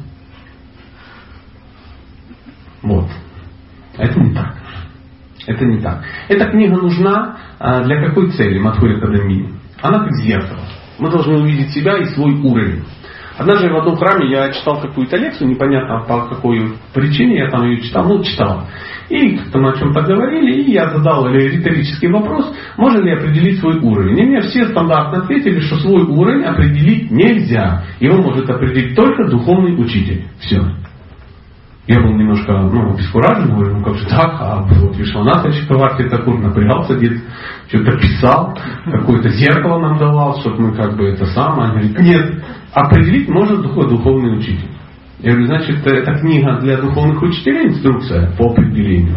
Вот. Это не так. Это не так. Эта книга нужна для какой цели, Мадхурья Кадамини? Она как зеркало. Мы должны увидеть себя и свой уровень. Однажды в одном храме я читал какую-то лекцию, непонятно по какой причине я там ее читал. И там о чем-то говорили, и я задал риторический вопрос, можно ли определить свой уровень. И мне все стандартно ответили, что свой уровень определить нельзя. Его может определить только духовный учитель. Все. Я был немножко обескуражен, говорю, как же так, а вот Вишванатха Чакраварти Такур напрягался, где-то что-то писал, какое-то зеркало нам давал, чтобы мы это самое. Он говорит, нет, определить может духовный учитель. Я говорю, значит, это книга для духовных учителей, инструкция по определению.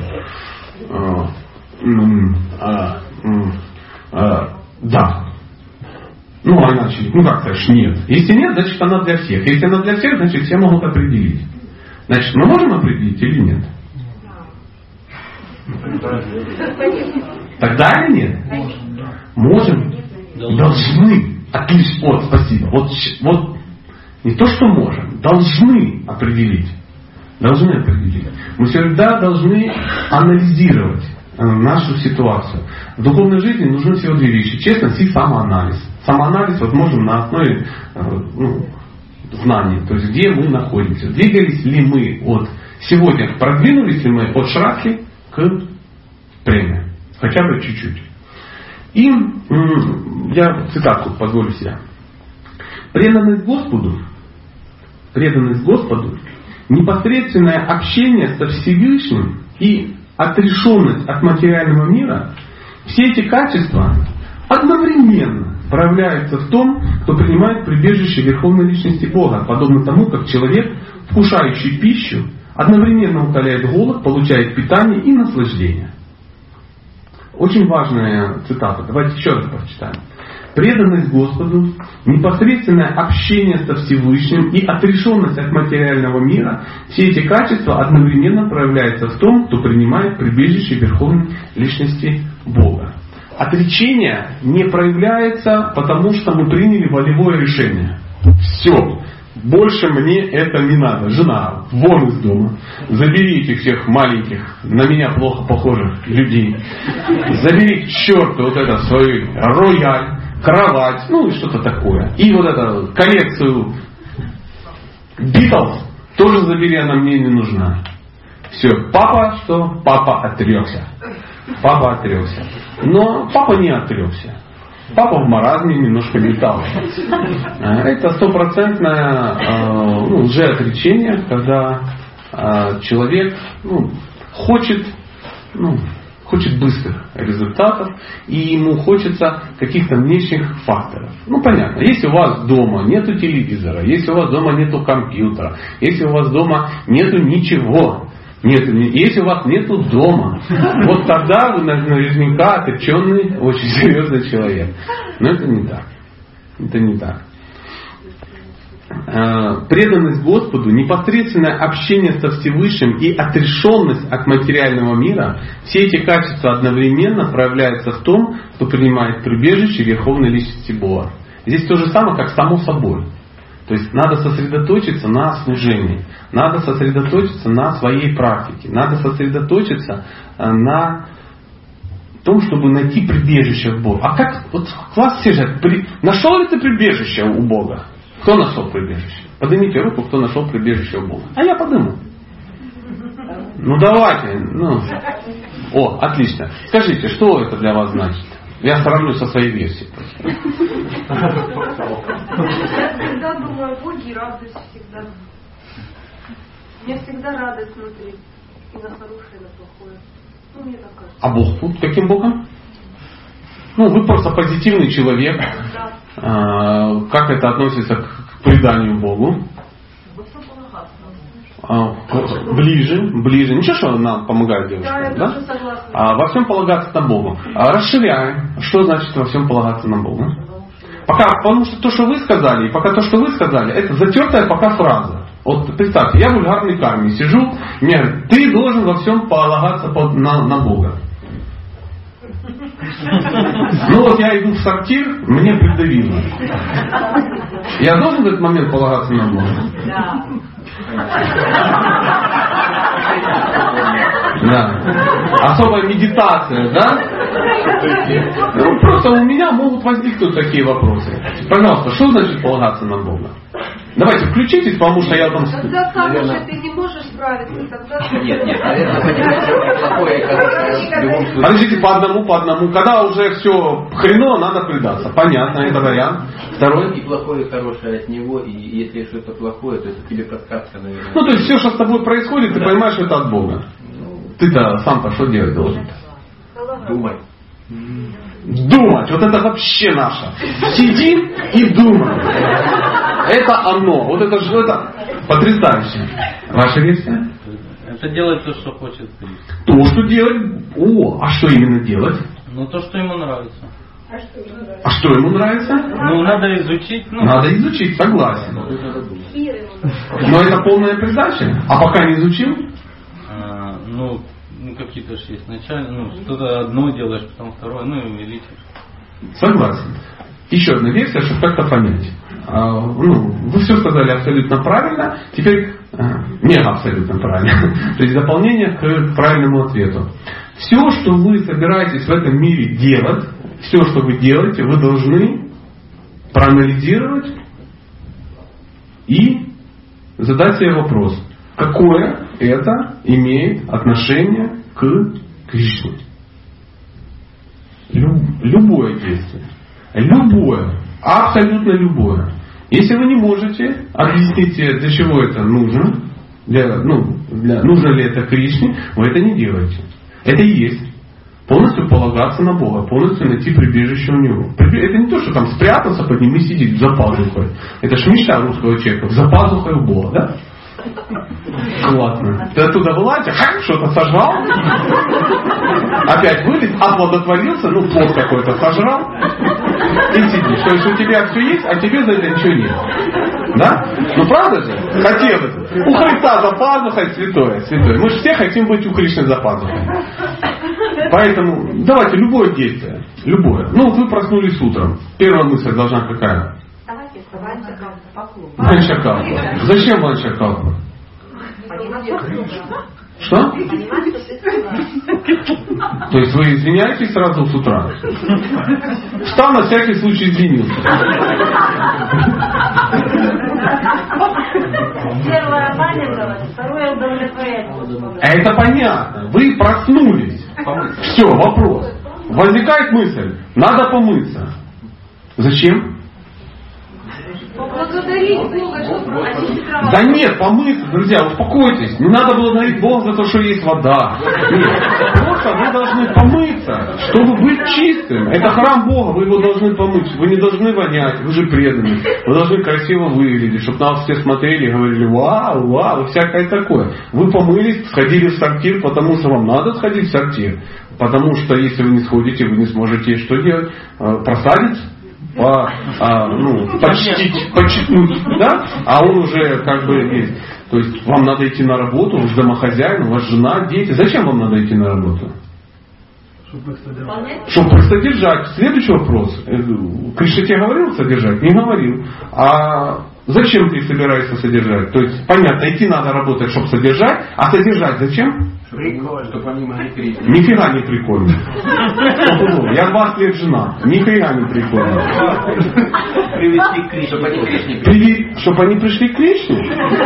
Да. А иначе, как-то ж нет. Если нет, значит она для всех. Если она для всех, значит все могут определить. Значит, мы можем определить или нет? Тогда или нет? Можем. Должны. Отлично. Спасибо. Вот не то, что можем. Должны определить. Должны определить. Мы всегда должны анализировать нашу ситуацию. В духовной жизни нужны всего две вещи. Честность и самоанализ. Самоанализ возможен на основе знаний. То есть где мы находимся. Двигались ли мы сегодня продвинулись ли мы от шраки к преме. Хотя бы чуть-чуть. И я цитатку позволю себе. Преданность Господу, непосредственное общение со Всевышним и отрешенность от материального мира, все эти качества одновременно проявляются в том, кто принимает прибежище Верховной Личности Бога, подобно тому, как человек, вкушающий пищу, одновременно утоляет голод, получает питание и наслаждение. Очень важная цитата. Давайте еще раз прочитаем. Преданность Господу, непосредственное общение со Всевышним и отрешенность от материального мира, все эти качества одновременно проявляются в том, кто принимает прибежище Верховной Личности Бога. Отречение не проявляется, потому что мы приняли волевое решение. Все. Больше мне это не надо. Жена, вон из дома. Забери этих всех маленьких, на меня плохо похожих людей. Забери к черту это свой рояль, кровать, и что-то такое. И эту коллекцию Битлз тоже забери, она мне не нужна. Все, папа что? Папа отрекся. Но папа не отрекся. Папа в маразме немножко летал. Это стопроцентное лжеотречение, когда человек хочет быстрых результатов, и ему хочется каких-то внешних факторов. Понятно, если у вас дома нету телевизора, если у вас дома нету компьютера, если у вас дома нету ничего, если у вас нету дома, тогда вы наверняка отреченный, очень серьезный человек. Но это не так. Преданность Господу, непосредственное общение со Всевышним и отрешенность от материального мира, все эти качества одновременно проявляются в том, кто принимает прибежище Верховной Личности Бога. Здесь то же самое, как само собой. То есть надо сосредоточиться на служении, надо сосредоточиться на своей практике, надо сосредоточиться на том, чтобы найти прибежище в Бога. А как, класс все же, нашел ли ты прибежище у Бога? Кто нашел прибежище? Поднимите руку, кто нашел прибежище у Бога. А я подниму. Давайте. Отлично. Скажите, что это для вас значит? Я сравню со своей версией. Я всегда думаю о Боге и радуюсь всегда. Мне всегда радость внутри. И на хорошее, и на плохое. Мне так кажется. А Бог тут? Каким Богом? Вы просто позитивный человек. Да. Как это относится к преданию Богу? Ближе. Ничего, что нам помогает девушка. Да? Во всем полагаться на Бога. Расширяем. Что значит во всем полагаться на Бога? Потому что то, что вы сказали, это затертая пока фраза. Представьте, я в вульгарной карме сижу, мне говорят, ты должен во всем полагаться на Бога. Я иду в сортир, мне придавило. Я должен в этот момент полагаться на Бога? Да. Особая медитация, да? Просто у меня могут возникнуть такие вопросы. Пожалуйста, что значит полагаться на Бога? Давайте включитесь, потому что я там... Когда сам уже ты не можешь нравится, тогда... Нет, это плохое и хорошее. В любом случае. Подождите, по одному. Когда уже все хреново, надо предаться. Понятно, это вариант. Второй. И плохое, и хорошее от него, и если что-то плохое, то это тебе подсказка, наверное. Ну, то есть все, что с тобой происходит, ты понимаешь, что это от Бога. Ты-то сам-то что делать должен? Думай. Думать, вот это вообще наше. Сидим и думаем. Это оно. Вот это же это потрясающе. Ваша версия? Это делать то, что хочет Кришна. То, что делать. А что именно делать? Ну, то, что ему нравится. А что ему нравится? Ну, надо изучить. Надо изучить, согласен. Но это полная предача. А пока не изучил? Ну, какие-то же есть начальные. Что-то одно делаешь, потом второе, увеличишь. Согласен. Еще одна версия, чтобы как-то понять. Вы все сказали абсолютно правильно. Теперь не абсолютно правильно. То есть дополнение к правильному ответу. Все, что вы собираетесь в этом мире делать, все, что вы делаете, вы должны проанализировать и задать себе вопрос, какое это имеет отношение к Кришне. Любое действие. Любое. Абсолютно любое. Если вы не можете объяснить себе, для чего это нужно, нужно ли это Кришне, вы это не делаете. Это и есть полностью полагаться на Бога, полностью найти прибежище у Него. Это не то, что там спрятаться под ним и сидеть за пазухой. Это ж мечта русского человека. За пазухой у Бога, да? Классно. Ты оттуда вылазишь, что-то сожрал, опять вылез, оплодотворился, плод какой-то сожрал и сидишь. То есть у тебя все есть, а тебе за это ничего нет. Да? Правда же? Хотелось. У Христа за пазухой святое. Мы же все хотим быть у Кришны за пазухой. Поэтому давайте любое действие. Любое. Вы проснулись утром. Первая мысль должна какая? Ванчакалпа. Зачем Ванчакалпа? Что? То есть вы извиняетесь сразу с утра? Встал, на всякий случай извинился. Первое баня, второе удовлетворять. Это понятно. Вы проснулись. Все, вопрос. Возникает мысль, надо помыться. Зачем? Поблагодарить Бога, что Да нет, помыться, друзья, успокойтесь. Не надо благодарить Бога за то, что есть вода. Нет. Просто вы должны помыться, чтобы быть чистым. Это храм Бога, вы его должны помыть. Вы не должны вонять, вы же преданные. Вы должны красиво выглядеть, чтобы нас все смотрели и говорили: вау, вау, всякое такое. Вы помылись, сходили в сортир, потому что вам надо сходить в сортир. Потому что если вы не сходите, вы не сможете что делать? Просадиться? Почитнуть, да? А он уже есть. То есть вам надо идти на работу, вы же домохозяин, у вас жена, дети. Зачем вам надо идти на работу? Чтобы их содержать. Следующий вопрос. Кришна тебе говорил содержать? Не говорил. А зачем ты их собираешься содержать? То есть, понятно, идти надо работать, чтобы содержать, а содержать зачем? Прикольно, чтобы они могли Кришне. Нифига не прикольно. Я 20 лет жена. Нифига не прикольно. Привести к Кришне. Чтобы они к Кришне пришли. Чтобы они пришли к Кришне?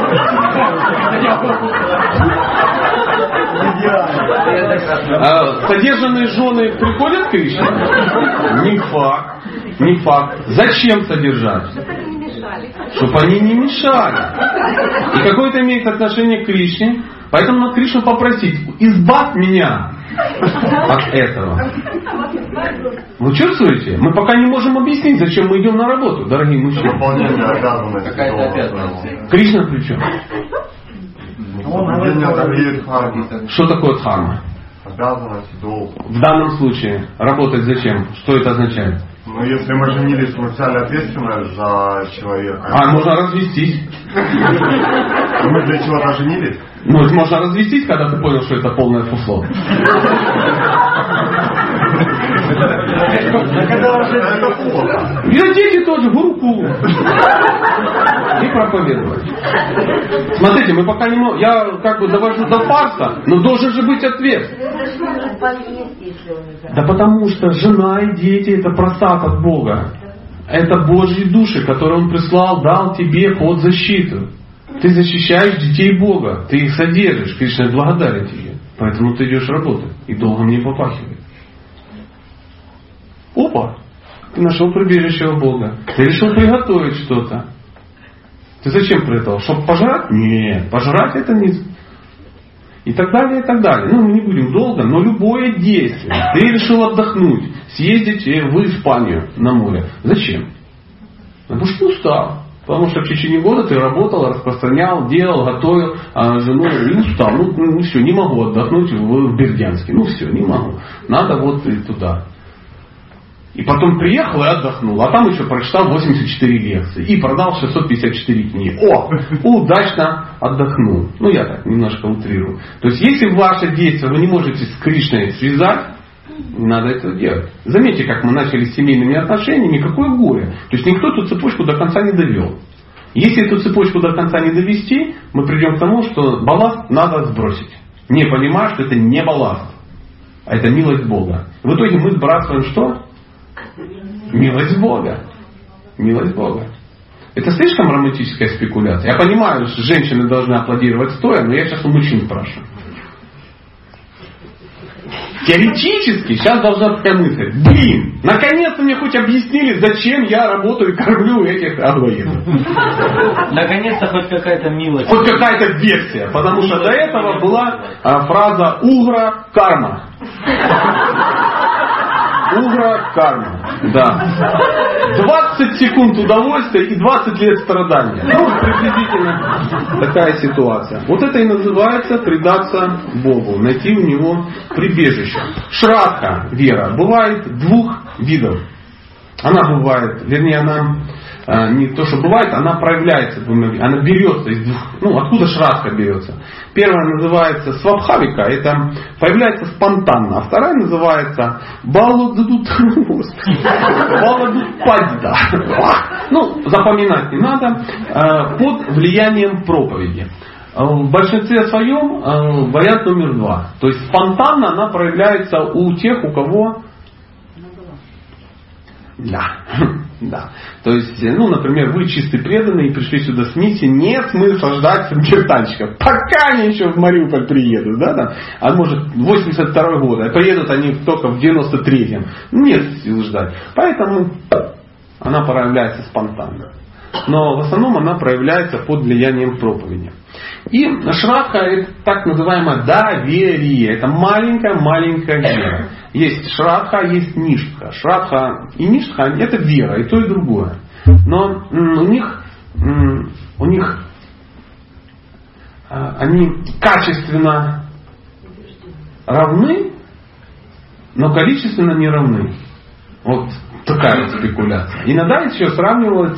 Содержанные жены приходят к Кришне? Не факт. Не факт. Зачем содержать? Чтобы они не мешали. И какое-то имеет отношение к Кришне. Поэтому надо Кришну попросить: избавь меня от этого. Вы чувствуете? Мы пока не можем объяснить, зачем мы идем на работу, дорогие мужчины. Выполнение обязанностей. Какая-то обязанность. Кришна при чем? Дхарма. Что такое дхарма? Обязанность, долг. В данном случае работать зачем? Что это означает? Если мы женились, мы взяли ответственность за человека. Можно развестись. Мы для чего-то женились? Можно развестись, когда ты понял, что это полное фуфло. Это плохо. И дети тоже в руку. И проповедовать. Смотрите, мы пока не можем. Я довожу до фарса, но должен же быть ответ. Да потому что жена и дети — это просад от Бога. Это Божьи души, которые Он прислал, дал тебе под защиту. Ты защищаешь детей Бога, ты их содержишь, Кришна благодарен тебе. Поэтому ты идешь работать, и долгом не попахивает. Опа! Ты нашел прибежище у Бога. Ты решил приготовить что-то. Ты зачем приготовил? Чтобы пожрать? Нет, пожрать это не... И так далее, и так далее. Ну, мы не будем долго, но любое действие. Ты решил отдохнуть, съездить в Испанию на море. Зачем? Потому что устал. Потому что в течение года ты работал, распространял, делал, готовил жену и устал. Ну все, не могу отдохнуть в Бердянске. Ну все, не могу. Надо вот и туда. И потом приехал и отдохнул. А там еще прочитал 84 лекции. И продал 654 книги. О! Удачно отдохнул. Ну я так немножко утрирую. То есть если ваше действие вы не можете с Кришной связать, не надо этого делать. Заметьте, как мы начали с семейными отношениями, никакое горе. То есть никто эту цепочку до конца не довел. Если эту цепочку до конца не довести, мы придем к тому, что балласт надо сбросить. Не понимая, что это не балласт, а это милость Бога. В итоге мы сбрасываем что? Милость Бога. Милость Бога. Это слишком романтическая спекуляция. Я понимаю, что женщины должны аплодировать стоя, но я сейчас у мужчин спрашиваю. Теоретически сейчас должна такая мысль. Блин, наконец-то мне хоть объяснили, зачем я работаю и кормлю этих аглоидов. Наконец-то хоть какая-то милость. Хоть какая-то версия. Потому что до этого была фраза угра карма. Угра карма. Да. 20 секунд удовольствия и 20 лет страдания. Ну, приблизительно такая ситуация. Вот это и называется предаться Богу. Найти у Него прибежище. Шрадха, вера, бывает двух видов. Она бывает, вернее, она не то, что бывает, она проявляется двумя видами. Она берется из двух. Ну, откуда шрадха берется? Первая называется свабхавика, это появляется спонтанно. А вторая называется баладутпадда. Ну, запоминать не надо. Под влиянием проповеди. В большинстве своем вариант номер 2. То есть спонтанно она проявляется у тех, у кого... Да. То есть, ну, например, вы чистый преданный и пришли сюда с миссией, нет смысла ждать санкиртанщиков, пока они еще в Мариуполь приедут, да, там, а может 82-й год, а приедут они только в 93-м. Нет сил ждать. Поэтому она проявляется спонтанно. Но в основном она проявляется под влиянием проповеди. И шрадха — это так называемое доверие. Это маленькая вера. Есть шрадха, есть ништха. Шрадха и ништха — это вера, и то, и другое. Но у них они качественно равны, но количественно не равны. Вот такая вот спекуляция. Иногда еще сравнивают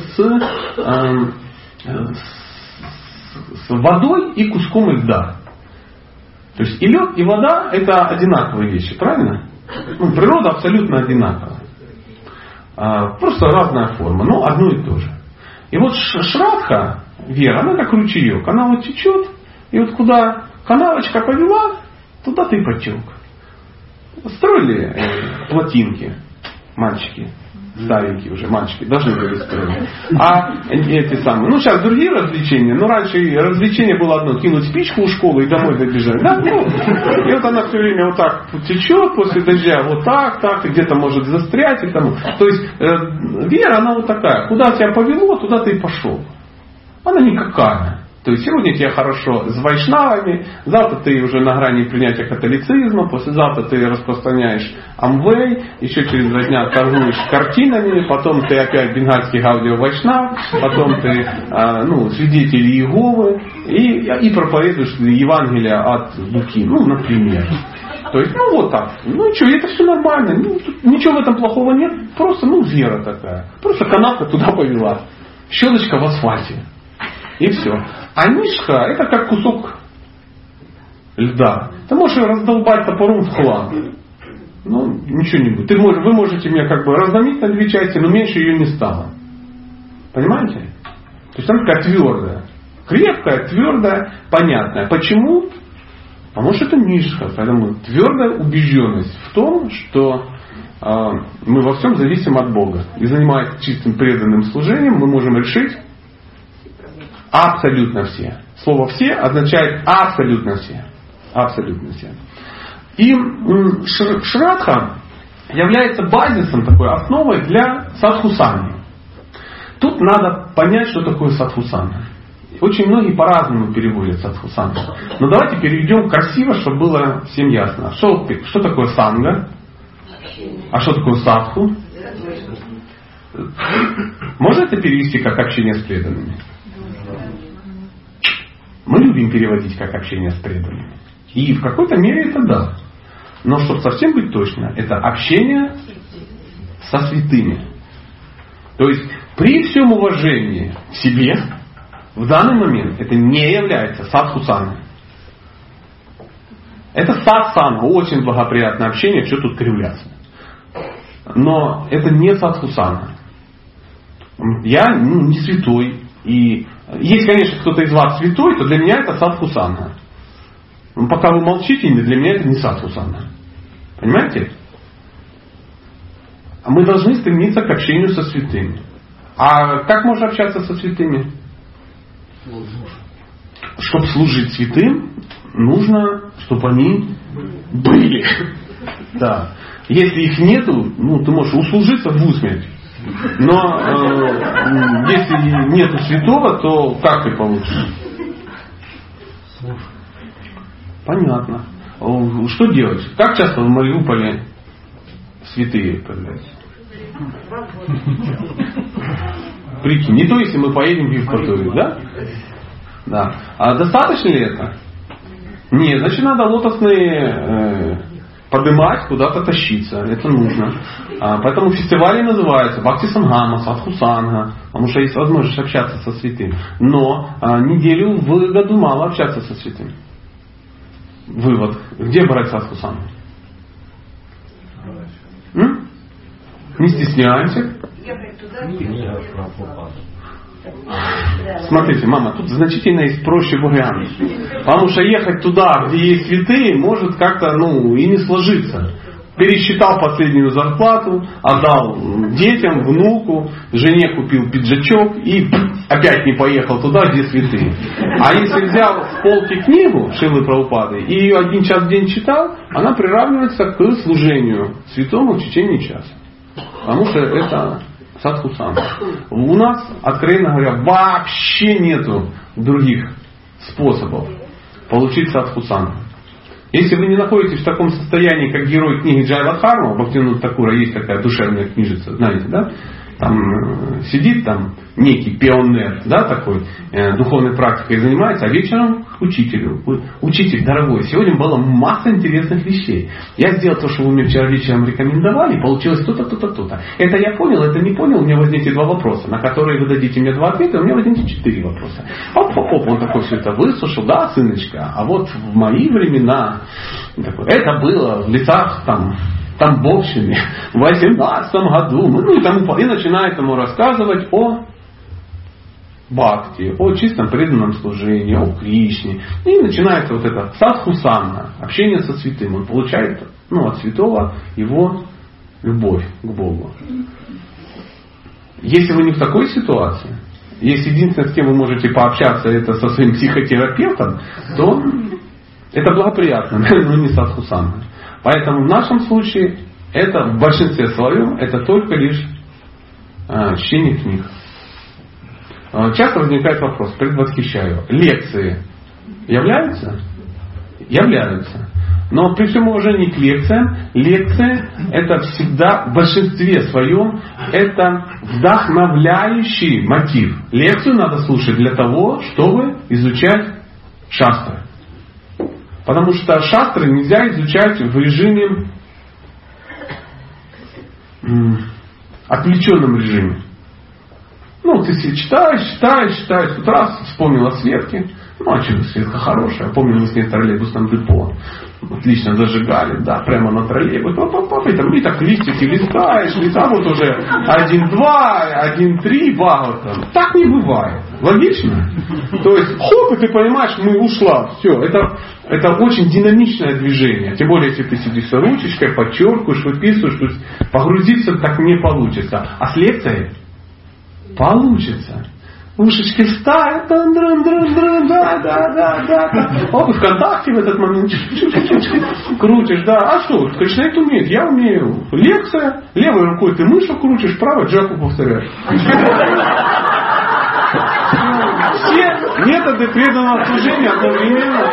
с водой и куском льда. То есть и лед, и вода — это одинаковые вещи, правильно? Ну, природа абсолютно одинаковая. Просто разная форма, но одно и то же. И вот шрадха, вера, она как ручеек. Она вот течет, и вот куда канавочка повела, туда ты потек. Строили плотинки, мальчики. Старенькие уже мальчики должны были строить. А эти самые, ну сейчас другие развлечения, но раньше развлечение было одно: кинуть спичку у школы и домой добежать. Да? Ну, и вот она все время вот так течет после дождя, вот так, и где-то может застрять. И тому. То есть вера, она вот такая: куда тебя повело, туда ты и пошел. Она никакая. То есть сегодня тебе хорошо с вайшнавами, завтра ты уже на грани принятия католицизма, послезавтра ты распространяешь амвей, еще через 2 дня торгуешь картинами, потом ты опять бенгальский гаудио вайшнав, потом ты свидетель Иеговы и проповедуешь Евангелие от Луки, ну, например. То есть, ну вот так. Ну что, это все нормально, ничего в этом плохого нет, просто, вера такая. Просто канавка туда повела, щелочка в асфальте. И все. А ништха — это как кусок льда. Ты можешь ее раздолбать топором в хлам. Ну, ничего не будет. Вы можете меня как бы разломить на 2 части, но меньше ее не стало. Понимаете? То есть она такая твердая. Крепкая, твердая, понятная. Почему? Потому что это ништха. Поэтому твердая убежденность в том, что мы во всем зависим от Бога. И занимаясь чистым преданным служением, мы можем решить Абсолютно все. Слово «все» означает абсолютно все. Абсолютно все. И Шрадха является базисом, такой основой для садхусанги. Тут надо понять, что такое садхусанга. Очень многие по-разному переводят садхусангу. Но давайте переведем красиво, чтобы было всем ясно. Что такое санга? А что такое садху? Можно это перевести как общение с преданными? Мы любим переводить как общение с преданными. И в какой-то мере это да. Но чтобы совсем быть точно, это общение со святыми. То есть при всем уважении к себе в данный момент это не является садхусангой. Это сатсанга, очень благоприятное общение, что тут кривляться. Но это не садхусанга. Я не святой. И если, конечно, кто-то из вас святой, то для меня это садхусанга. Но пока вы молчите, для меня это не садхусанга. Понимаете? Мы должны стремиться к общению со святыми. А как можно общаться со святыми? Чтобы служить святым, нужно, чтобы они были. Да. Если их нету, ты можешь услужиться в усмерть. Но если нету святого, то как ты получишь? Понятно. Что делать? Как часто в Мариуполе святые появляются? Прикинь, не то, если мы поедем в Евпаторию, да? Да. А достаточно ли это? Нет, значит надо лотосные поднимать, куда-то тащиться. Это нужно. Поэтому фестивали называются Бхакти Сангама, Садхусанга, потому что есть возможность общаться со святым. Но неделю в году мало общаться со святым. Вывод. Где брать Садхусангу? Не стесняемся. Смотрите, мама, тут значительно есть проще вариант. Потому что ехать туда, где есть святые, может как-то и не сложиться. Пересчитал последнюю зарплату, отдал детям, внуку, жене купил пиджачок и опять не поехал туда, где святые. А если взял с полки книгу Шрилы Прабхупады и ее 1 час в день читал, она приравнивается к служению святому в течение часа. Потому что это садхусанга. У нас, откровенно говоря, вообще нету других способов получить садхусангу. Если вы не находитесь в таком состоянии, как герой книги Джайва Дхарма, Бхактивинода Такура есть такая душевная книжица, знаете, да? Там сидит некий пионер, да, такой, духовной практикой занимается, а вечером к учителю. Учитель, дорогой, сегодня была масса интересных вещей. Я сделал то, что вы мне вчера вечером рекомендовали, и получилось то-то, то-то, то-то. Это я понял, это не понял, у меня возникнет 2 вопроса, на которые вы дадите мне 2 ответа, у меня возникнет 4 вопроса. Оп-оп-оп, он такой все это выслушал, да, сыночка, а вот в мои времена, это было в лесах Тамбовщине в 18 году. И начинает ему рассказывать о бхакти, о чистом преданном служении, о Кришне. И начинается вот это садхусанга, общение со святым. Он получает от святого его любовь к Богу. Если вы не в такой ситуации, если единственное, с кем вы можете пообщаться, это со своим психотерапевтом, то это благоприятно, но не садхусанга. Поэтому в нашем случае это в большинстве своем это только лишь чтение книг. Часто возникает вопрос, предвосхищаю. Лекции являются? Являются. Но при всем уважении к лекциям, лекция это всегда в большинстве своем это вдохновляющий мотив. Лекцию надо слушать для того, чтобы изучать шастры. Потому что шастры нельзя изучать в режиме, отвлеченном режиме. Ты себе читаешь, тут раз вспомнил о Светке. А что, Светка хорошая. Помню, мы с ней в троллейбусном депо. Отлично зажигали, да, прямо на троллейбус. И так листики листаешь, вот уже 1-2, 1-3 Бхагаватам. Так не бывает. Логично? То есть, хоп, и ты понимаешь, ушла. Все. Это очень динамичное движение. Тем более, если ты сидишь с ручечкой, подчеркиваешь, выписываешь, то есть погрузиться так не получится. А с лекцией получится. ушечки вставят, да. Оп, ВКонтакте в этот момент крутишь, да. А что, Кришнаит умеет, я умею. Лекция, левой рукой ты мышу крутишь, правой джапу повторяешь. Все методы преданного служения одновременно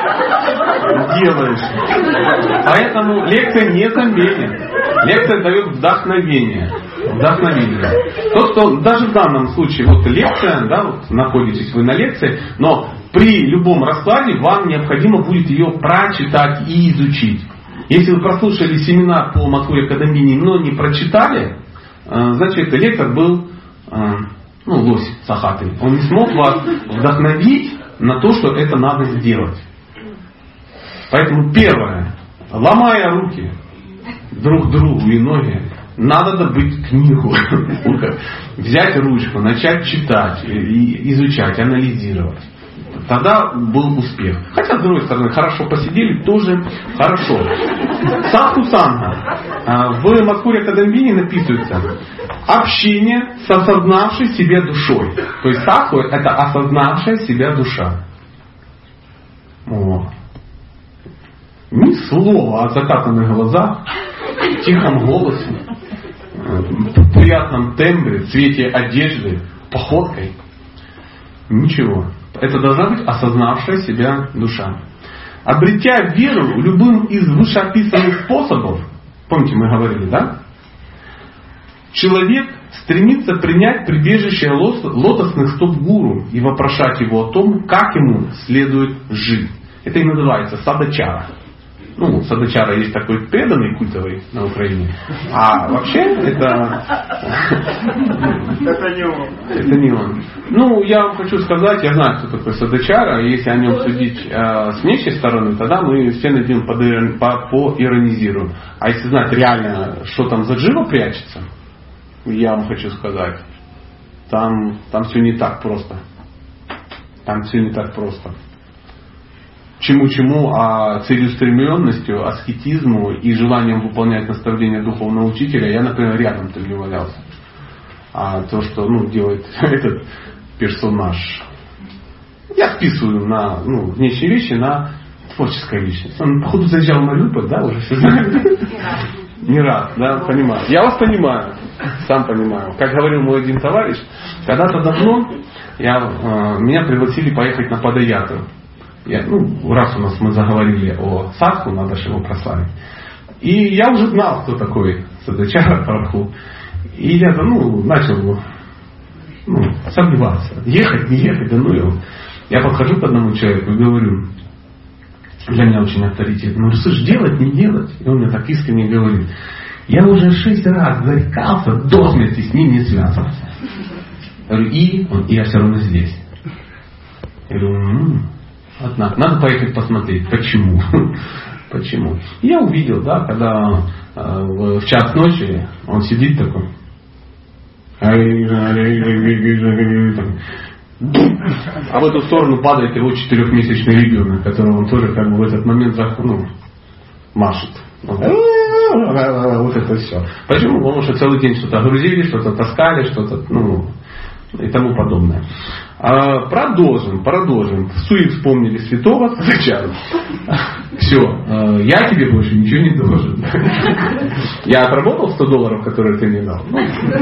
делаешь. Поэтому лекция не заменит. Лекция дает вдохновение. То, что даже в данном случае, вот лекция, да, вот находитесь вы на лекции, но при любом раскладе вам необходимо будет ее прочитать и изучить. Если вы прослушали семинар по Мадхурья Кадамбини, но не прочитали, значит лектор был лось сахатый. Он не смог вас вдохновить на то, что это надо сделать. Поэтому первое, ломая руки друг другу и ноги, надо добыть книгу, взять ручку, начать читать, изучать, анализировать. Тогда был успех. Хотя, с другой стороны, хорошо посидели, тоже хорошо. Садху санга. В Мадхурья Кадамбини написывается общение с осознавшей себя душой. То есть садху — это осознавшая себя душа. О. Ни слова о закатанных глазах, тихом голосе, приятном тембре, цвете одежды, походкой. Ничего. Это должна быть осознавшая себя душа. Обретя веру любым из вышеописанных способов, помните, мы говорили, да? Человек стремится принять прибежище лотосных стоп гуру и вопрошать его о том, как ему следует жить. Это и называется садачара. Садачара есть такой преданный культовый на Украине. А вообще это не он. Я вам хочу сказать, я знаю, кто такой садачара. Если о нем судить с нечьей стороны, тогда мы все над ним поиронизируем. А если знать реально, что там за джива прячется, я вам хочу сказать, там все не так просто. Чему-чему, а целеустремленностью, аскетизму и желанием выполнять наставления духовного учителя я, например, рядом-то не валялся. А то, что делает этот персонаж, я списываю на внешние вещи на творческая личность. Он, походу, заезжал в Мариуполь, да, уже все знают? Не раз, да, понимаю. Я вас понимаю, сам понимаю. Как говорил мой один товарищ, когда-то давно меня пригласили поехать на Падаятру. Раз у нас мы заговорили о садху, надо же его прославить. И я уже знал, кто такой Садачара Прабху. И я начал сомневаться. Ехать, не ехать, да его. Я подхожу к одному человеку и говорю, для меня очень авторитетно, слушай, делать, не делать? И он мне так искренне говорит, я уже 6 раз зарекался до смерти с ним не связываться. Я говорю, и я все равно здесь. Я говорю, однако, надо поехать посмотреть, почему. Почему? И я увидел, да, когда в час ночи он сидит такой. А в эту сторону падает его 4-месячный ребенок, которого он тоже в этот момент машет. Вот это все. Почему? Потому что целый день что-то грузили, что-то таскали, что-то, и тому подобное. Продолжим. В Суе вспомнили святого Садачару. Все, я тебе больше ничего не должен. Я отработал $100, которые ты мне дал.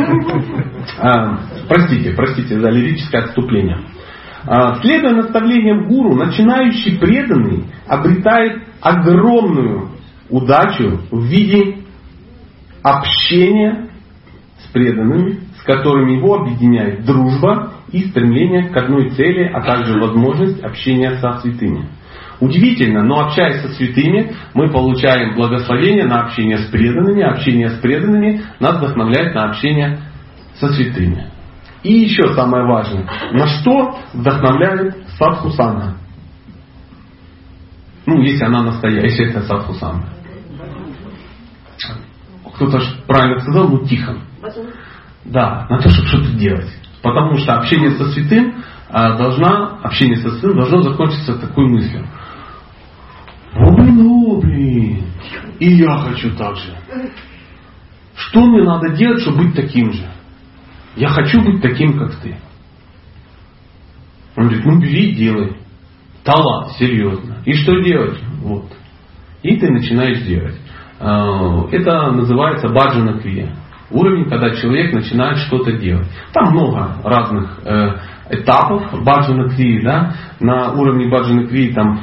Простите за лирическое отступление. Следуя наставлениям гуру, начинающий преданный обретает огромную удачу в виде общения с преданными, с которыми его объединяет дружба и стремление к одной цели, а также возможность общения со святыми. Удивительно, но общаясь со святыми, мы получаем благословение на общение с преданными. Общение с преданными нас вдохновляет на общение со святыми. И еще самое важное. На что вдохновляет садху санга? Если она настоящая, это садху санга. Кто-то же правильно сказал, тихо. Да, на то, чтобы что-то делать. Потому что общение со святым должно закончиться такой мыслью. Блин, и я хочу так же. Что мне надо делать, чтобы быть таким же? Я хочу быть таким, как ты. Он говорит, ну бери, делай. Талант, серьезно. И что делать? Вот. И ты начинаешь делать. Это называется баджана крия. Уровень, когда человек начинает что-то делать. Там много разных этапов баджана крии. Да? На уровне баджана крии там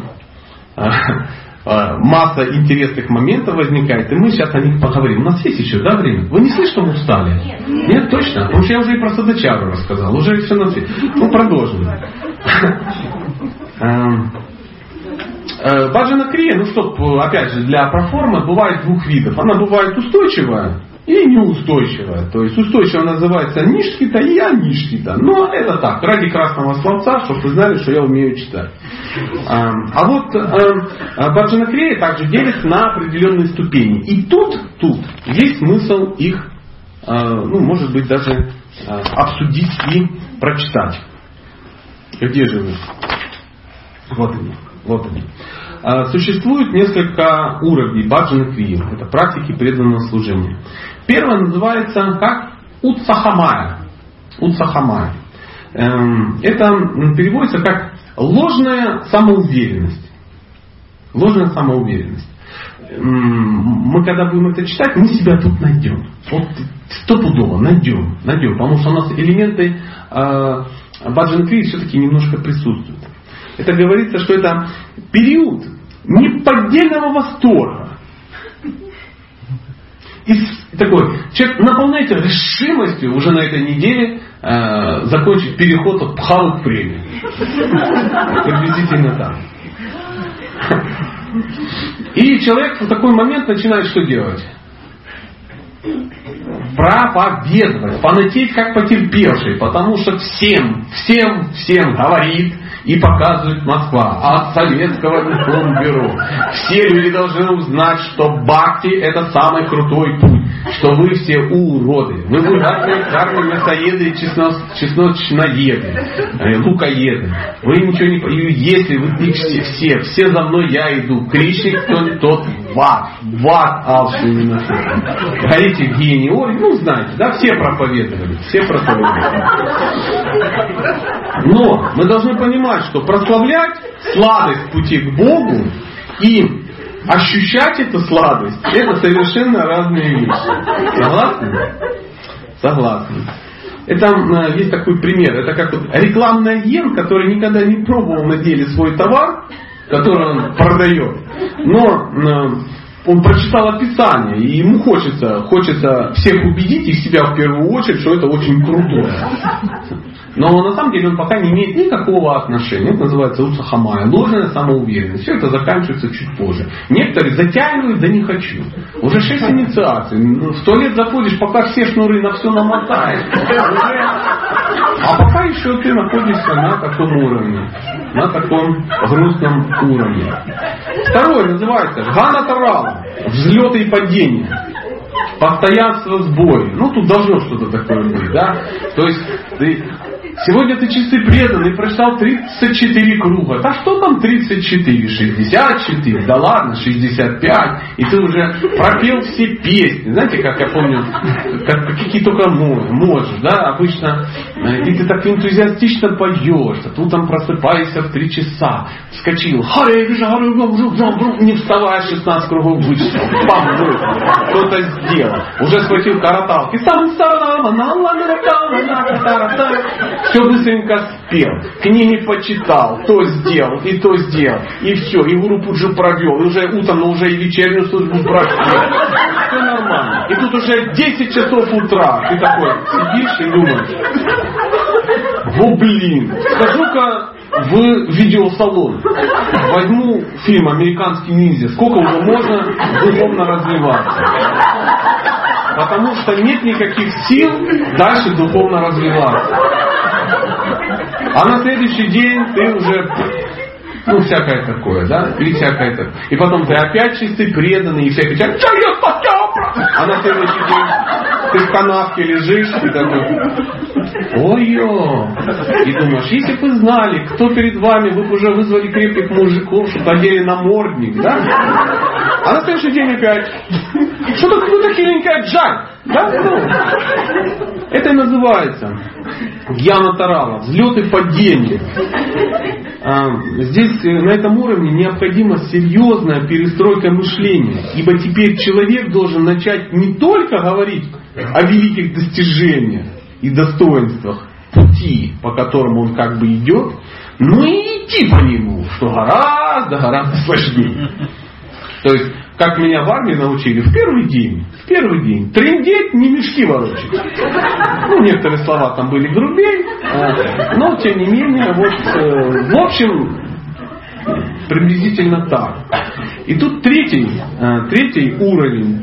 масса интересных моментов возникает, и мы сейчас о них поговорим. У нас есть еще, да, время? Вы не слышите, что мы устали? Нет, точно? Потому что я уже и про садачару рассказал. Уже все на свете. Ну, продолжим. Баджана крия, опять же, для проформы бывает двух видов. Она бывает устойчивая и неустойчивая. То есть устойчивая называется ништхита и аништхита. Но это так, ради красного словца, чтобы вы знали, что я умею читать. А вот баджана крия также делится на определенные ступени. И тут есть смысл их, может быть, даже обсудить и прочитать. Где же вы? Вот они. Существует несколько уровней баджана крии. Это практики преданного служения. Первое называется как утсахамая. Утсахамая. Это переводится как ложная самоуверенность. Ложная самоуверенность. Мы когда будем это читать, мы себя тут найдем. Вот стопудово найдем. Потому что у нас элементы баджана крии все-таки немножко присутствуют. Это говорится, что это период неподдельного восторга. И такой, человек наполняется решимостью уже на этой неделе закончить переход от пхавы к преме. Приблизительно так. И человек в такой момент начинает что делать? Проповедовать, понытеть как потерпевший, потому что всем говорит и показывает Москва от Советского информбюро. Все люди должны узнать, что бхакти это самый крутой путь, что вы все уроды, вы вульгарные мясоеды и чесночноеды, лукоеды. Вы ничего не понимаете. Если вы все за мной я иду, кричник тот в ад алчный ненасытный. Горите в гиене, знаете, да, все проповедовали. Но мы должны понимать, что прославлять сладость пути к Богу и ощущать эту сладость, это совершенно разные вещи. Согласны? Согласны. Это есть такой пример. Это как рекламный агент, который никогда не пробовал на деле свой товар, который он продает. Но он прочитал описание, и ему хочется всех убедить, и себя в первую очередь, что это очень крутое. Но на самом деле он пока не имеет никакого отношения. Это называется утсахамая, ложная самоуверенность. Все это заканчивается чуть позже. Некоторые затягивают, да не хочу. Уже 6 инициаций. В туалет заходишь, пока все шнуры на все намотаешь. А пока еще ты находишься на таком уровне. На таком грустном уровне. Второе называется ганатарала. Взлеты и падения. Постоянство сбоя. Тут должно что-то такое быть, да? То есть сегодня ты чистый преданный, прочитал 34 круга. Да что там 34? 64? Да ладно, 65. И ты уже пропел все песни. Знаете, как я помню, какие только можешь, да? Обычно и ты так энтузиастично поешь, а тут там просыпаешься в 3 часа, вскочил, не вставая 16 кругов вычислил. Кто-то сделал. Уже схватил караталки. Все быстренько спел, книги почитал, то сделал, и все, и гуру пуджу провел, и уже утром, но уже и вечернюю службу провел. Все нормально. И тут уже 10 часов утра, ты такой сидишь и думаешь, схожу-ка в видеосалон, возьму фильм «Американский ниндзя», сколько уже можно духовно развиваться. Потому что нет никаких сил дальше духовно развиваться. А на следующий день ты уже, всякое такое, да? И всякое такое. И потом ты опять чистый, преданный, и все кричат, а на следующий день ты в канавке лежишь, и такой, ой-ё. И думаешь, если бы вы знали, кто перед вами, вы бы уже вызвали крепких мужиков, чтобы одели намордник, да? А на следующий день опять, что-то какой-то хиленький отжаль, да? Это и называется гьяна тарала, взлет и падение. Здесь на этом уровне необходима серьезная перестройка мышления. Ибо теперь человек должен начать не только говорить о великих достижениях и достоинствах пути, по которому он как бы идет, но и идти по нему, что гораздо сложнее. То есть, как меня в армии научили, в первый день трындеть, не мешки ворочать. Ну, некоторые слова там были грубее, но тем не менее, в общем, приблизительно так. И тут третий уровень,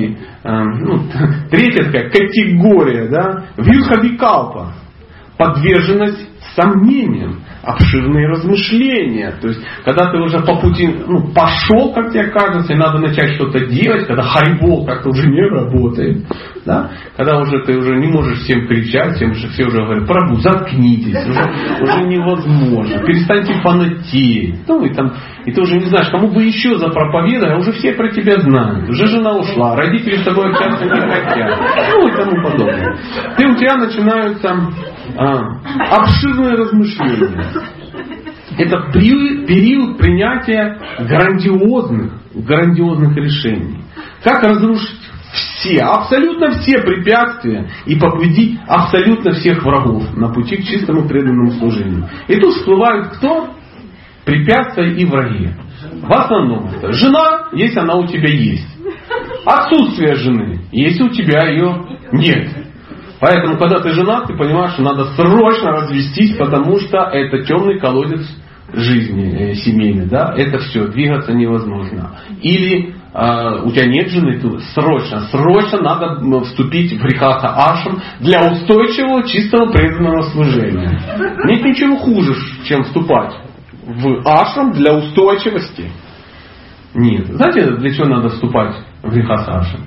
третья такая категория, да, вьюхавикалпа, подверженность сомнениям, обширные размышления. То есть, когда ты уже по пути пошел, как тебе кажется, и надо начать что-то делать, когда хайбол как-то уже не работает, да? Когда уже ты уже не можешь всем кричать, все уже говорят: Прабу, заткнитесь, уже невозможно, перестаньте фанатеть. И ты уже не знаешь, кому бы еще запроповедовать, а уже все про тебя знают. Уже жена ушла, родители с тобой общаться не хотят. И тому подобное. И у тебя начинаются обширные размышления. Это период принятия грандиозных решений. Как разрушить абсолютно все препятствия и победить абсолютно всех врагов на пути к чистому преданному служению. И тут всплывают кто? Препятствия и враги. В основном это жена, если она у тебя есть. Отсутствие жены, если у тебя ее нет. Поэтому, когда ты женат, ты понимаешь, что надо срочно развестись, потому что это темный колодец жизни семейный. Да? Это все, двигаться невозможно. Или у тебя нет жены, то срочно надо вступить в рихаса ашрам для устойчивого, чистого, преданного служения. Нет ничего хуже, чем вступать в ашрам для устойчивости. Нет. Знаете, для чего надо вступать в рихаса ашрам?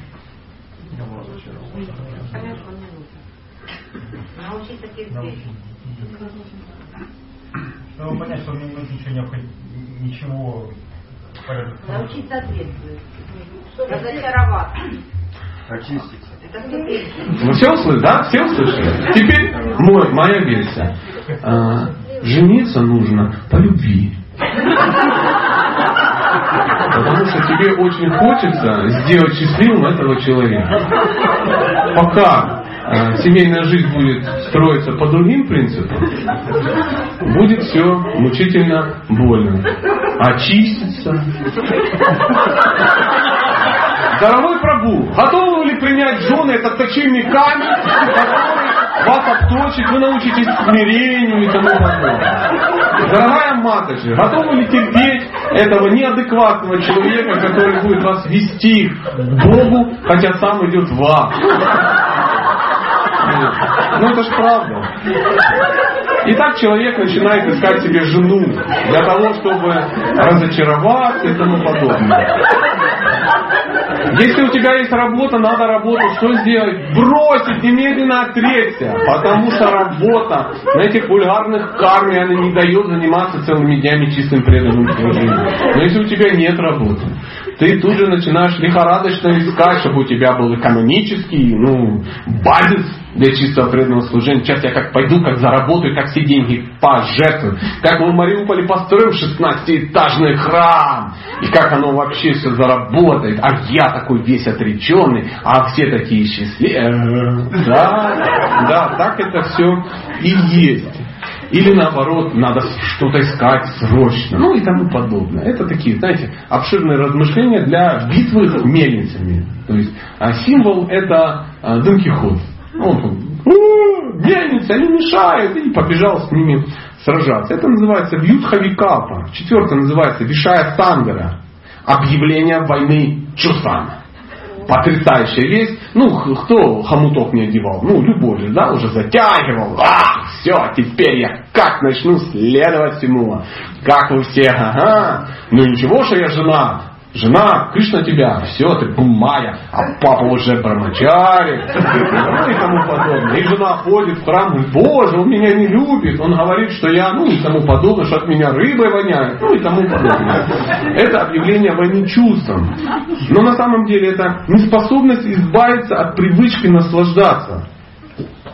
Чтобы понять, что мне ничего научиться ответствовать. Разочароваться. Очиститься. Вы все услышали, да? Все услышали? Теперь моя версия. Жениться нужно по любви. Потому что тебе очень хочется сделать счастливым этого человека. Пока семейная жизнь будет строиться по другим принципам, будет все мучительно больно. Очиститься. Дорогой Прабу, готовы ли принять жены этот точильный камень, который вас обточит, вы научитесь смирению и тому подобное? Дорогая Матаджи, готовы ли терпеть этого неадекватного человека, который будет вас вести к Богу, хотя сам идет в ад? Ну это ж правда. И так человек начинает искать себе жену для того, чтобы разочароваться и тому подобное. Если у тебя есть работа, надо работу что сделать? Бросить, немедленно отречься. Потому что работа на этих вульгарных карме, она не дает заниматься целыми днями чистым преданным служением. Но если у тебя нет работы, ты тут же начинаешь лихорадочно искать, чтобы у тебя был канонический базис для чистого преданного служения. Сейчас я как пойду, как заработаю, как все деньги пожертвую. Как мы в Мариуполе построим 16-этажный храм. И как оно вообще все заработает. А я такой весь отреченный, а все такие счастливые. Да, так это все и есть. Или наоборот, надо что-то искать срочно. И тому подобное. Это такие, знаете, обширные размышления для битвы с мельницами. То есть символ это Дон Кихот. Мельницы, они мешают. И побежал с ними сражаться. Это называется Вьюдхавикалпа. Четвертое называется Вишая Сангара. Объявление войны чувствам. Потрясающая вещь. Кто хомуток не одевал? Любой же, да, уже затягивал. Все, теперь я как начну следовать всему. Как вы все, ничего, что я жена. Жена, Кришна тебя, все, ты майя, а папа уже брамачари, и тому подобное. И жена ходит в храм, говорит: Боже, он меня не любит. Он говорит, что я, и тому подобное, что от меня рыбой воняет, и тому подобное. Это объявление войны чувством. Но на самом деле это неспособность избавиться от привычки наслаждаться.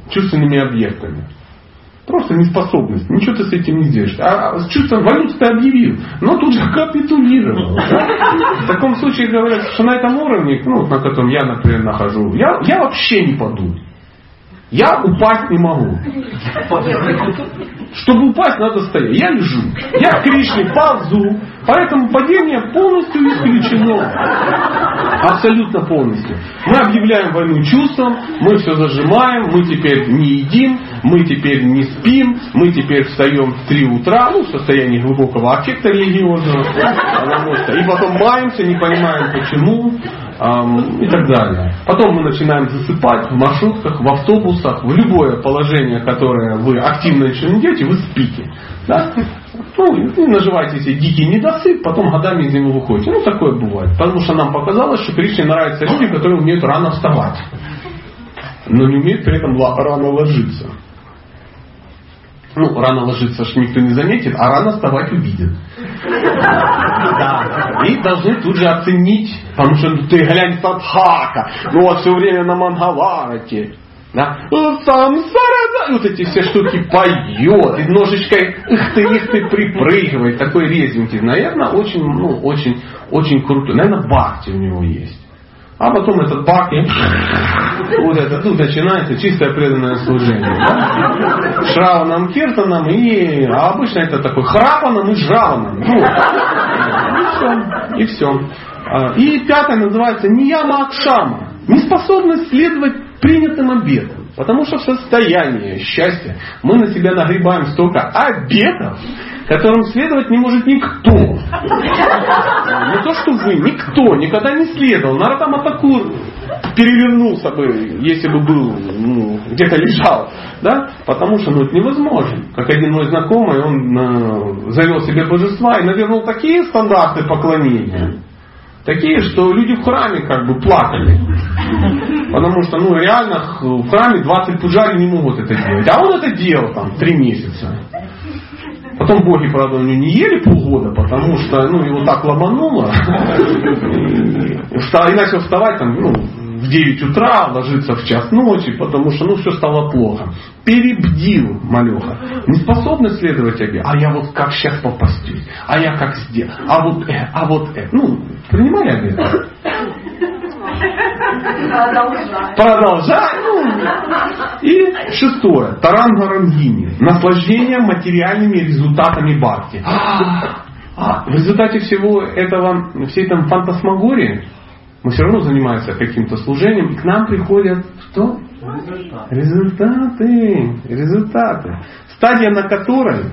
чувственными объектами. Просто неспособность. Ничего ты с этим не сделаешь. А с чувством валюты ты объявил, но тут же капитулировал. Да? В таком случае говорят, что на этом уровне, на котором я, например, нахожу, я вообще не паду. Я упасть не могу. Чтобы упасть, надо стоять. Я лежу. Я к Кришне ползу. Поэтому падение полностью исключено. Абсолютно полностью. Мы объявляем войну чувствам, мы все зажимаем, мы теперь не едим, мы теперь не спим, мы теперь встаем в 3 утра, в состоянии глубокого аффекта религиозного, и потом маемся, не понимаем почему, и так далее. Потом мы начинаем засыпать в маршрутках, в автобусах, в любое положение, которое вы активно еще не делаете, вы спите. Да? И наживаете себе дикий недосып, потом годами из него выходите. Такое бывает. Потому что нам показалось, что Кришне нравятся люди, которые умеют рано вставать, но не умеют при этом рано ложиться. Рано ложиться ж никто не заметит, а рано вставать увидят. Да. И должны тут же оценить, потому что ты глянь Садхака, все время на Мангаварате. Да? Самсара, вот эти все штуки поет, и ножичкой их ты припрыгивает, такой резвенький. Наверное, очень крутой. Наверное, бхакти у него есть. А потом этот бхакти, тут начинается чистое преданное служение. Да? Шраванам, киртанам, а обычно это такой храпаном и жраваном. И все. И 5 называется нияма акшама. Неспособность следовать принятым обетам. Потому что в состоянии счастья мы на себя нагребаем столько обетов, которым следовать не может никто. Не то, что вы, никто никогда не следовал. Наратама Такур перевернулся бы, если бы был, где-то лежал. Да? Потому что это невозможно. Как один мой знакомый, он завел себе божества и навернул такие стандарты поклонения. Такие, что люди в храме плакали. Потому что реально в храме 20 пуджари не могут это делать. А он это делал 3 месяца. Потом боги, правда, у него не ели полгода, потому что его так ломануло. И начал вставать в 9 утра, ложиться в час ночи, потому что все стало плохо. Перебдил малеха. Не способны следовать обе. А я как сейчас попастюсь. А я как сделал. А вот это. Принимали обед? Продолжай. И 6. Тарангарангини. Наслаждение материальными результатами бхакти. В результате всего этого, всей этой фантасмагории, мы все равно занимаемся каким-то служением, и к нам приходят что? Результаты. Стадия, на которой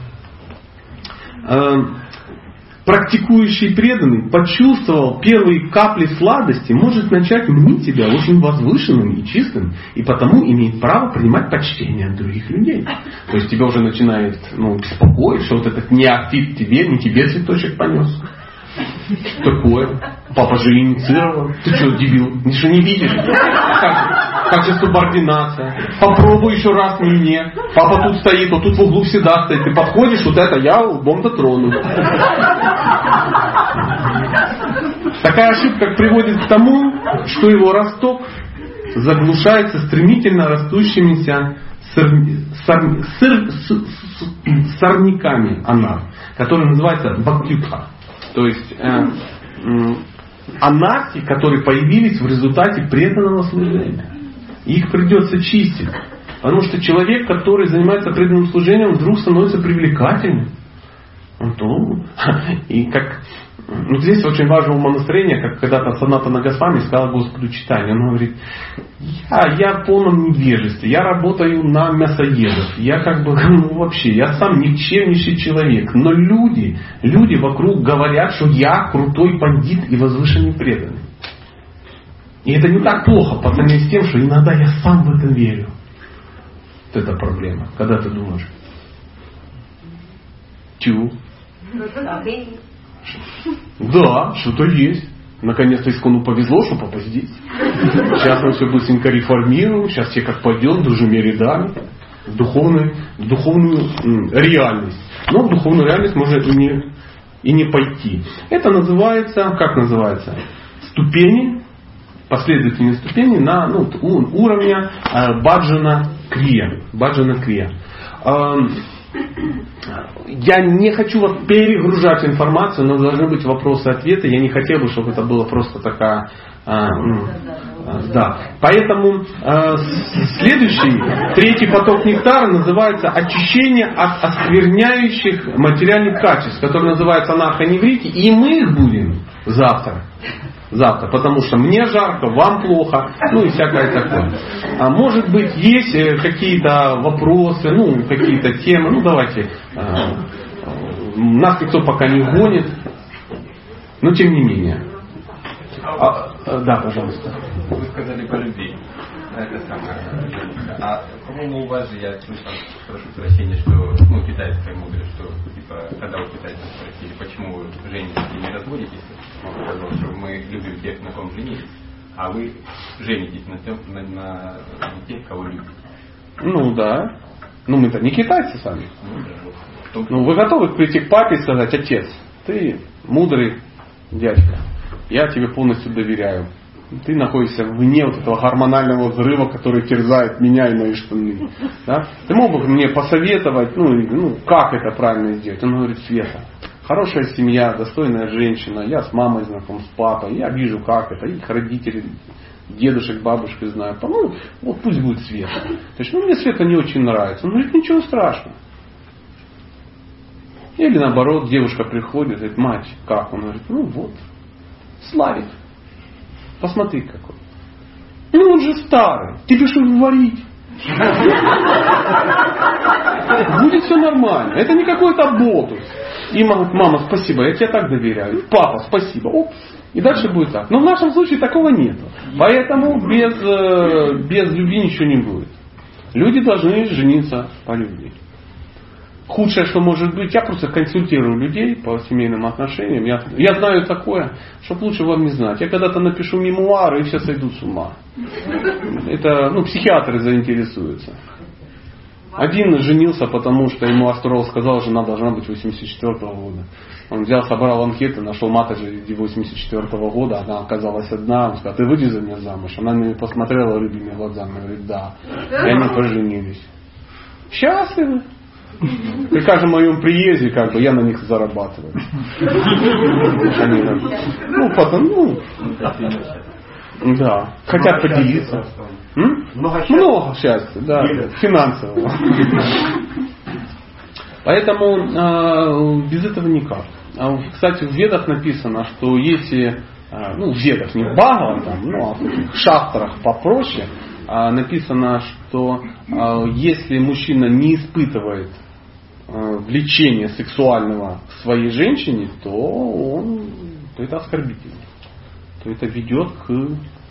практикующий преданный почувствовал первые капли сладости, может начать мнить себя очень возвышенным и чистым, и потому имеет право принимать почтение от других людей. То есть тебя уже начинает беспокоить, что вот этот неофит тебе, не тебе цветочек понес. Что такое? Папа же инициировал. Ты что, дебил? Ты что, не видишь? Как же субординация? Попробуй еще раз мне. Папа тут стоит, вот тут в углу всегда стоит. Ты подходишь, вот это я лбом дотрону. Такая ошибка приводит к тому, что его росток заглушается стремительно растущимися сорняками анар, которые называются бхактюдха. То есть анархи, которые появились в результате преданного служения. Их придется чистить. Потому что человек, который занимается преданным служением, вдруг становится привлекательным. И как здесь очень важно умонастроение, как когда-то Санатана Госвами сказал Господу Чайтанье. Он говорит, я в полном невежестве, я работаю на мясоедов, я вообще, я сам никчемнейший человек. Но люди вокруг говорят, что я крутой пандит и возвышенный преданный. И это не так плохо по сравнению с тем, что иногда я сам в это верю. Вот это проблема. Когда ты думаешь, да, что-то есть. Наконец-то Искону повезло, что попал здесь. Сейчас мы все быстренько реформируем. Сейчас все как пойдем, дружими рядами. В духовную реальность. Но в духовную реальность можно и не пойти. Это называется, как называется? Ступени последовательные ступени на уровня баджана крия. Я не хочу вас перегружать информацию, но должны быть вопросы-ответы. Я не хотел бы, чтобы это было просто такая... Да. Поэтому следующий, третий поток нектара называется очищение от оскверняющих материальных качеств, который называется анархоневрити, и мы их будем завтра, потому что мне жарко, вам плохо, и всякое такое. Может быть, есть какие-то вопросы, какие-то темы, давайте, нас никто пока не гонит, но тем не менее. Да, пожалуйста. Вы сказали по любви. Это самое. А по-моему, у вас же, я слышал, прошу прощения, что, китайская мудрость, что, когда у китайцев спросили, почему вы женитесь и не разводитесь, он сказал, что мы любим тех, на ком женились, а вы женитесь на тех, кого любите. Да. Мы-то не китайцы сами. Вы готовы прийти к папе и сказать: отец, ты мудрый дядька, я тебе полностью доверяю. Ты находишься вне вот этого гормонального взрыва, который терзает меня и мои штаны. Да? Ты мог бы мне посоветовать, как это правильно сделать? Он говорит: Света, хорошая семья, достойная женщина, я с мамой знаком, с папой, я вижу, как это, их родители, дедушек, бабушек знаю. Пусть будет Света. То есть, мне Света не очень нравится. Он говорит: ничего страшного. Или наоборот, девушка приходит, говорит: мать, как? Он говорит: Славик. Посмотри какой. Он же старый. Тебе что варить? Будет все нормально. Это не какой-то болтус. И мама говорит: мама, спасибо, я тебе так доверяю. Папа, спасибо. И дальше будет так. Но в нашем случае такого нет. Поэтому без любви ничего не будет. Люди должны жениться по любви. Худшее, что может быть, я просто консультирую людей по семейным отношениям. Я знаю такое, чтобы лучше вам не знать. Я когда-то напишу мемуары, и все сойдут с ума. Это, психиатры заинтересуются. Один женился, потому что ему астролог сказал, жена должна быть 84-го года. Он взял, собрал анкеты, нашел матери 84-го года, она оказалась одна. Он сказал: ты выйди за меня замуж. Она на меня посмотрела любыми глазами, говорит: да. И они поженились. Счастливы. При каждом моем приезде, я на них зарабатываю. Да, хотят поделиться. Много счастья, да, финансового. Поэтому без этого никак. Кстати, в Ведах написано, что если, в Ведах, не в Бхагаватам, а в таких шастрах попроще, написано, что если мужчина не испытывает влечения сексуального к своей женщине, то это оскорбительно. То это ведет к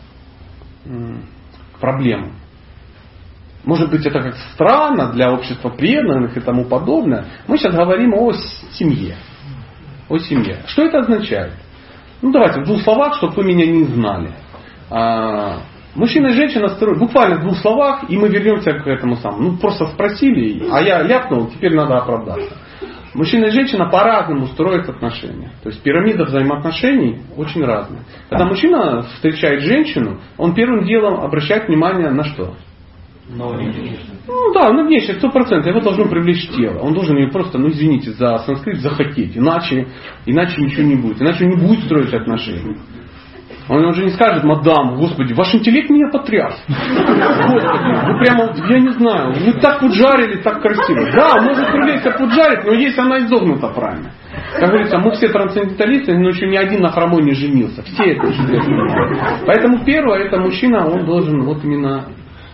проблемам. Может быть, это как странно для общества преданных и тому подобное. Мы сейчас говорим о семье. О семье. Что это означает? Давайте в двух словах, чтобы вы меня не знали. Мужчина и женщина строят, буквально в двух словах, и мы вернемся к этому самому. Просто спросили, а я ляпнул, теперь надо оправдаться. Мужчина и женщина по-разному строят отношения. То есть пирамида взаимоотношений очень разная. Когда мужчина встречает женщину, он первым делом обращает внимание на что? На внешность. На внешность 100%. Его должно привлечь тело. Он должен ее просто, извините за санскрит, захотеть. Иначе ничего не будет. Иначе он не будет строить отношения. Он уже не скажет: мадам, господи, ваш интеллект меня потряс. Господи, вы прямо, я не знаю, вы так поджарили, так красиво. Да, может привлечься поджарить, но если она изогнута правильно. Как говорится, мы все трансценденталисты, но еще ни один на хромой не женился. Все это чудесно. Поэтому первое, это мужчина, он должен именно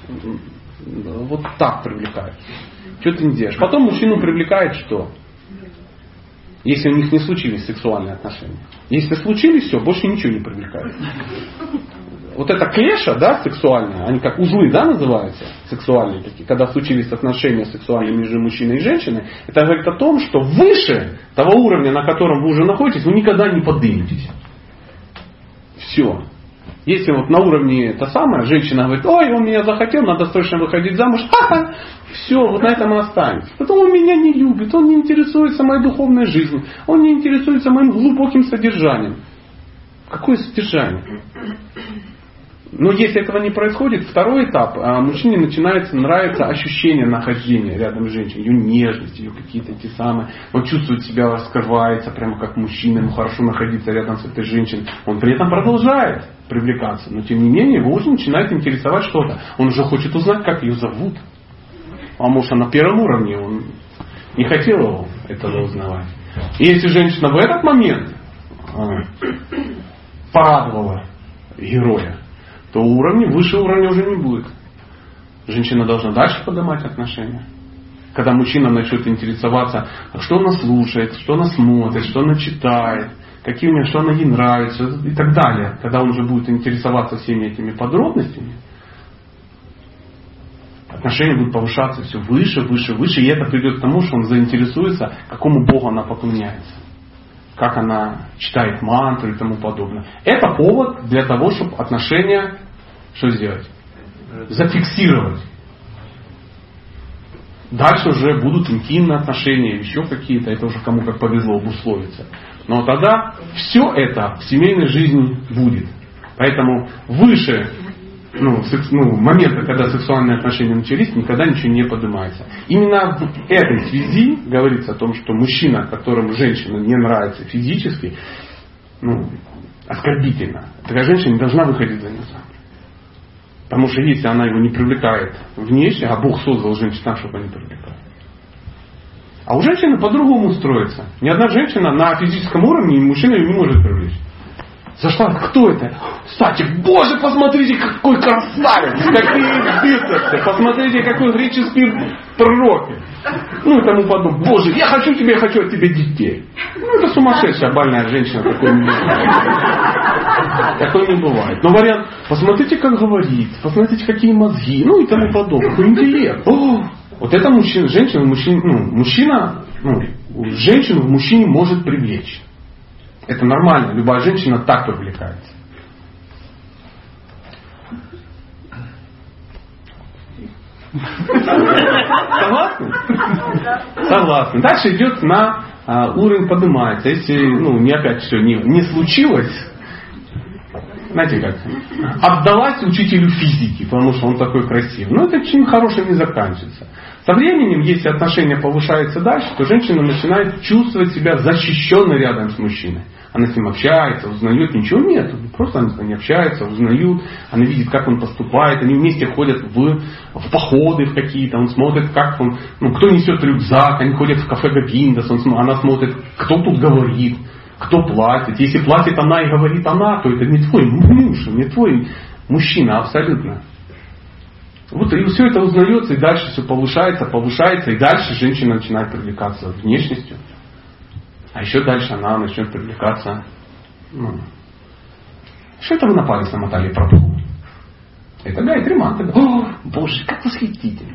так привлекать. Что ты не делаешь? Потом мужчину привлекает что? Если у них не случились сексуальные отношения. Если случились, все, больше ничего не привлекает. Вот эта клеша, сексуальная, они как узлы, называются, сексуальные такие, когда случились отношения сексуальные между мужчиной и женщиной, это говорит о том, что выше того уровня, на котором вы уже находитесь, вы никогда не подниметесь. Все. Если на уровне женщина говорит: ой, он меня захотел, надо срочно выходить замуж, все, на этом и останется. Потом он меня не любит, он не интересуется моей духовной жизнью, он не интересуется моим глубоким содержанием. Какое содержание? Но если этого не происходит, второй этап, мужчине начинается нравиться ощущение нахождения рядом с женщиной, ее нежность, ее какие-то эти самые. Он чувствует себя, раскрывается прямо как мужчина, ему хорошо находиться рядом с этой женщиной. Он при этом продолжает привлекаться, но тем не менее его уже начинает интересовать что-то. Он уже хочет узнать, как ее зовут. А может, на первом уровне он не хотел этого узнавать. И если женщина в этот момент порадовала героя, то выше уровня уже не будет. Женщина должна дальше поднимать отношения. Когда мужчина начнет интересоваться, что она слушает, что она смотрит, что она читает, что она ей нравится и так далее. Когда он уже будет интересоваться всеми этими подробностями, отношения будут повышаться все выше, выше, выше. И это придет к тому, что он заинтересуется, какому Богу она поклоняется. Как она читает мантры и тому подобное. Это повод для того, чтобы отношения что сделать? Зафиксировать. Дальше уже будут интимные отношения, еще какие-то. Это уже кому как повезло обусловиться. Но тогда все это в семейной жизни будет. Поэтому выше момента, когда сексуальные отношения начались, никогда ничего не поднимается. Именно в этой связи говорится о том, что мужчина, которому женщина не нравится физически, оскорбительно. Такая женщина не должна выходить за него замуж. Потому что если она его не привлекает внешне, а Бог создал женщину так, чтобы они привлекали. А у женщины по-другому устроится. Ни одна женщина на физическом уровне мужчина ее не может привлечь. Зашла, кто это? Кстати, Боже, посмотрите, какой красавец, какие бицепсы, посмотрите, какой греческий пророк. И тому подобное. Боже, я хочу от тебя детей. Это сумасшедшая больная женщина, такой не бывает. Такой не бывает. Но вариант, посмотрите, как говорит, посмотрите, какие мозги, и тому подобное. Какой интеллект. Вот это женщину в мужчине может привлечь. Это нормально. Любая женщина так привлекается. Согласны? Согласны. Дальше идет на уровень поднимается. Если не опять все не случилось, знаете как, отдалась учителю физики, потому что он такой красивый. Но это чем хорошим не заканчивается. Со временем, если отношения повышаются дальше, то женщина начинает чувствовать себя защищенной рядом с мужчиной. Она с ним общается, узнает, ничего нет. Просто они общаются, узнают, она видит, как он поступает, они вместе ходят в походы в какие-то, он смотрит, как он, кто несет рюкзак, они ходят в кафе Габиндас, она смотрит, кто тут говорит, кто платит. Если платит она и говорит она, то это не твой муж, не твой мужчина абсолютно. Вот и все это узнается, и дальше все повышается, и дальше женщина начинает привлекаться внешностью. А еще дальше она начнет привлекаться. Что это вы на палец намотали Прабху? Это Гайатри мантра. О, Боже, как восхитительно.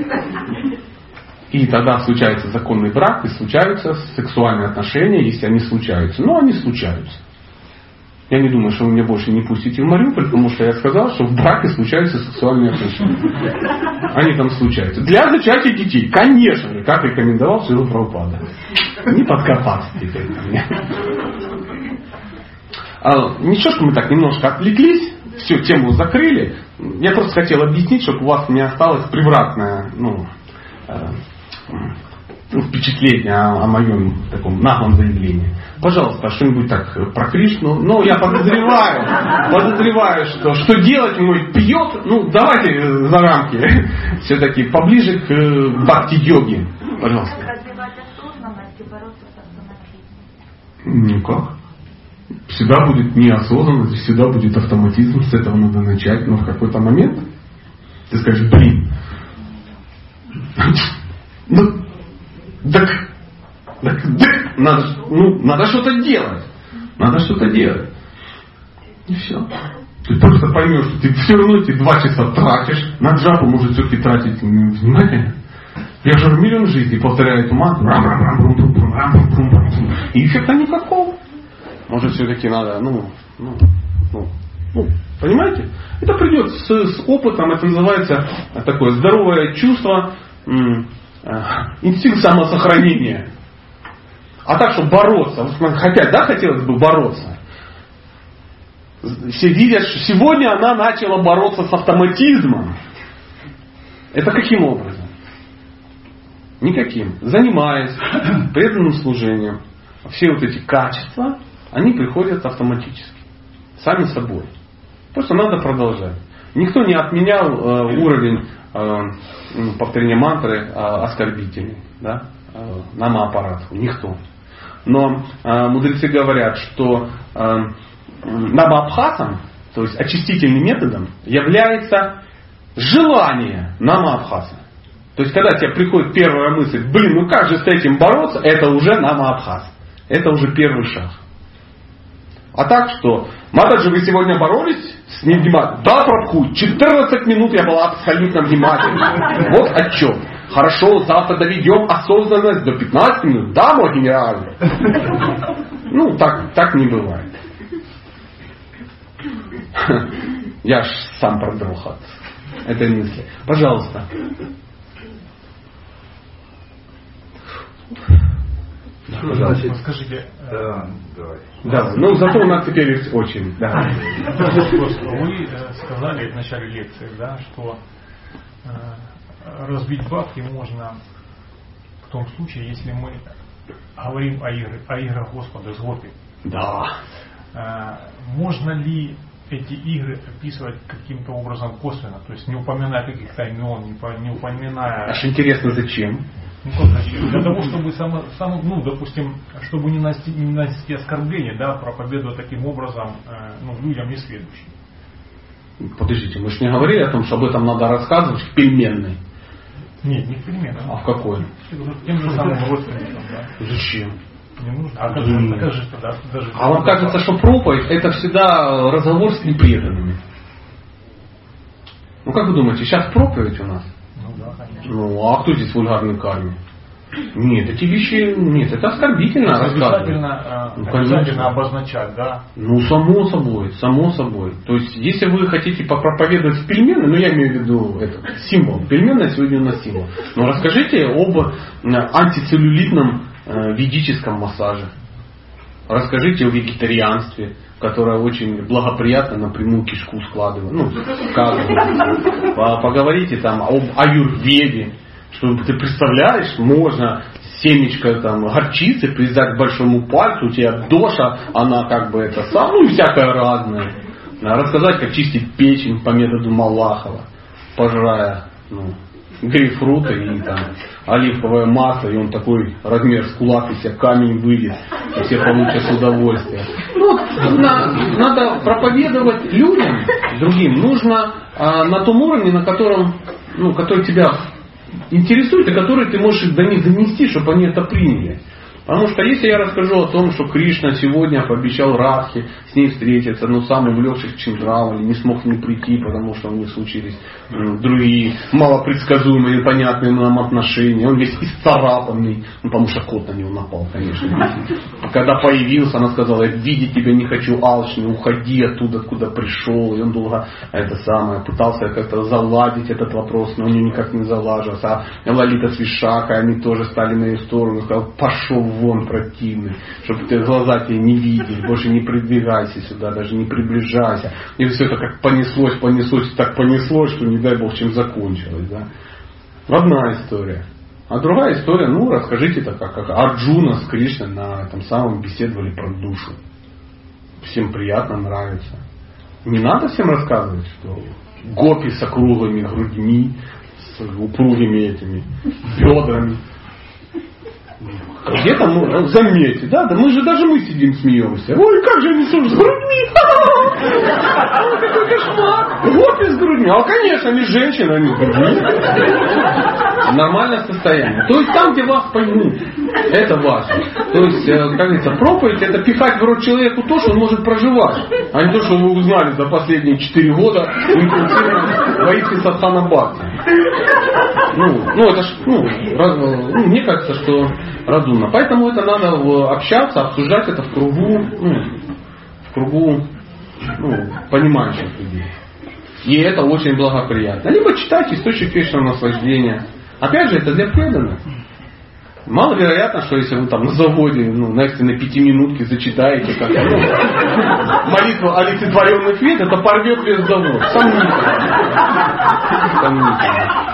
И тогда случается законный брак, и случаются сексуальные отношения, если они случаются. Но они случаются. Я не думаю, что вы меня больше не пустите в Мариуполь, потому что я сказал, что в браке случаются сексуальные отношения. Они там случаются. Для зачатия детей, конечно же, как рекомендовал Шрила Прабхупада. Не подкопаться теперь ко мне. Ничего, что мы так немножко отвлеклись, всю тему закрыли. Я просто хотел объяснить, чтобы у вас не осталось превратное впечатление о моем таком наглом заявлении. Пожалуйста, что-нибудь так про Кришну. Но я подозреваю, что делать мой пьет. Давайте за рамки. Все-таки поближе к бхакти-йоге. Пожалуйста. Как развивать осознанность и бороться с автоматизмом? Никак. Всегда будет неосознанность, всегда будет автоматизм. С этого надо начать. Но в какой-то момент ты скажешь, надо что-то делать. Надо что-то делать. И все. Ты просто поймешь, что ты все равно эти 2 часа тратишь. На джапу может все-таки тратить внимание. Я же в миллион жизней повторяю эту мантру. И эффекта никакого. Может все-таки надо, понимаете? Это придет с опытом. Это называется такое здоровое чувство, инстинкт самосохранения. А так, чтобы бороться, хотелось бы бороться. все видят, что сегодня она начала бороться с автоматизмом. Это каким образом? Никаким. Занимаясь преданным служением, все вот эти качества, они приходят автоматически. Сами собой. Просто надо продолжать. Никто не отменял уровень повторения мантры оскорбительный. Да? Нама-аппарату. Никто. Но мудрецы говорят, что нама-абхасом, то есть очистительным методом, является желание нама-абхаса. То есть, когда тебе приходит первая мысль, ну как же с этим бороться, это уже нама-абхас. Это уже первый шаг. А так что, Матаджи, вы сегодня боролись с невнимательностью? Да, Прабху, 14 минут я была абсолютно внимательна. Вот отчет. Хорошо, завтра доведем осознанность до 15 минут. Да, мой генерал? Ну, так не бывает. Я ж сам продрог от этой мысли. Пожалуйста. Да, пожалуйста. Скажите, да, ну зато у нас теперь есть очередь. Да. Вы сказали в начале лекции, да, что развить бхакти можно в том случае, если мы говорим о играх Господа с гопи. Да. Можно ли эти игры описывать каким-то образом косвенно, то есть не упоминая каких-то имен, не упоминая... Аж интересно, зачем? Ну, как зачем? Для того, чтобы допустим, чтобы не нанести оскорбление, да, проповедуя таким образом людям несведущим. Подождите, мы же не говорили о том, что об этом надо рассказывать в пельменной. Нет, не в пельменной. А в какой? Тем же самым родственникам, да. Зачем? Не нужно. А как же тогда? А вам кажется, что проповедь это всегда разговор с непреданными? Ну как вы думаете, сейчас проповедь у нас? Ну да, конечно. Ну а кто здесь вульгарный карми? Нет, эти вещи, нет, это оскорбительно рассказывать. Обязательно обозначать, да? Ну, само собой. То есть, если вы хотите попроповедовать в пельмены, ну, я имею в виду это, символ. Пельменная сегодня у нас символ. Но расскажите об антицеллюлитном ведическом массаже. Расскажите о вегетарианстве, которое очень благоприятно на прямую кишку складывает. Ну, поговорите там об аюрведе. Что ты представляешь, можно семечко там горчицы привязать к большому пальцу, у тебя доша, она как бы это сам, ну и всякое разное. Рассказать, как чистить печень по методу Малахова, пожирая грейпфруты и там оливковое масло, и он такой размер с кулак, и себе камень выйдет, и все получат удовольствие. Ну, надо проповедовать людям, другим, нужно на том уровне, на котором, который тебя интересует, и которые ты можешь до них донести, чтобы они это приняли. Потому что если я расскажу о том, что Кришна сегодня пообещал Радхе с ней встретиться, но сам увлекшись Чандравали, не смог не прийти, потому что у них случились другие малопредсказуемые, непонятные нам отношения. Он весь исцарапанный, потому что кот на него напал, конечно. Когда появился, она сказала: я видеть тебя не хочу, алчный, уходи оттуда, откуда пришел. И он долго пытался как-то заладить этот вопрос, но у него никак не залаживался. А Лалита с Вишакой, они тоже стали на ее сторону, сказал: пошел вон, противный, чтобы ты глаза тебе не видели, больше не придвигайся сюда, даже не приближайся. И все это как понеслось, так понеслось, что не дай бог чем закончилось. Да? Одна история. А другая история, расскажите это, как Арджуна с Кришной на этом самом беседовали про душу. Всем приятно, нравится. Не надо всем рассказывать, что гопи с округлыми грудьми, с упругими этими бедрами. Где-то, заметьте, да, мы же даже мы сидим, смеемся. Ой, как же они с грудьми! Какой кошмар! Гопи с грудьми. А, конечно, они женщины, они с грудьми. Нормальное состояние. То есть там, где вас поймут. Это важно. То есть, как говорится, проповедь — это пихать в рот человеку то, что он может проживать. А не то, что вы узнали за последние 4 года интенсивно воистину Садхана Бхакти. Это ж, мне кажется, что разумно. Поэтому это надо общаться, обсуждать это в кругу понимающих людей. И это очень благоприятно. Либо читать источник вечного наслаждения. Опять же, это для преданных. Маловероятно, что если вы там на заводе, на экстренной 5-минутке зачитаете как молитву олицетворенных вет, это порвет весь завод. Сомнительно.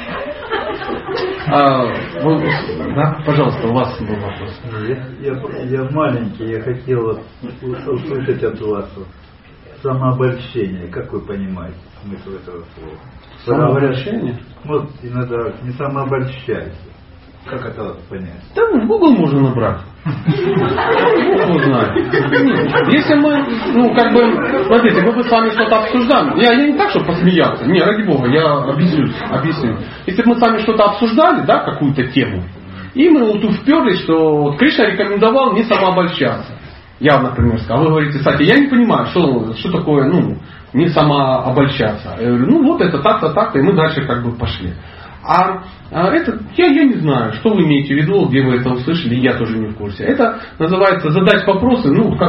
Да, пожалуйста, у вас был вопрос. Я маленький, я хотел услышать от вас самообольщение. Как вы понимаете смысл этого слова? Самообольщение? Вот иногда не самообольщайся. Как это понять? Да, в Google можно набрать. Google знает. Если мы, смотрите, мы бы с вами что-то обсуждали. Я не так, чтобы посмеяться. Не, ради Бога, я объясню. Если бы мы с вами что-то обсуждали, да, какую-то тему, и мы вот тут вперлись, что Кришна рекомендовал не самообольщаться. Я, например, сказал, вы говорите, кстати, я не понимаю, что такое, не самообольщаться. Я говорю, вот это так-то, так-то, и мы дальше как бы пошли. А это, я не знаю, что вы имеете в виду, где вы это услышали, я тоже не в курсе. Это называется задать вопросы,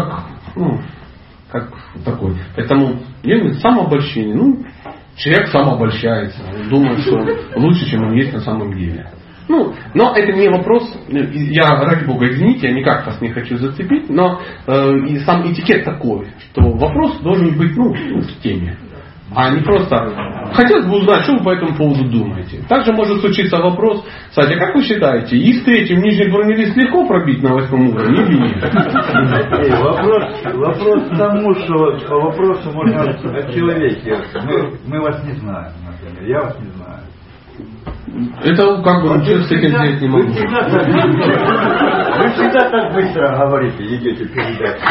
как такой. Поэтому самообольщение. Человек самообольщается, думает, что лучше, чем он есть на самом деле. Но это не вопрос, я, ради Бога, извините, я никак вас не хочу зацепить, но и сам этикет такой, что вопрос должен быть в теме. А не просто хотелось бы узнать, что вы по этому поводу думаете. Также может случиться вопрос, кстати, как вы считаете, и с третьим нижний бронелист легко пробить на 8 уровне или нет? Вопрос к тому, что по вопросу можно о человеке. Мы вас не знаем, например. Я вас не знаю. Это как бы ничего с этим сделать не могу. Вы всегда так быстро говорите, идете передачу.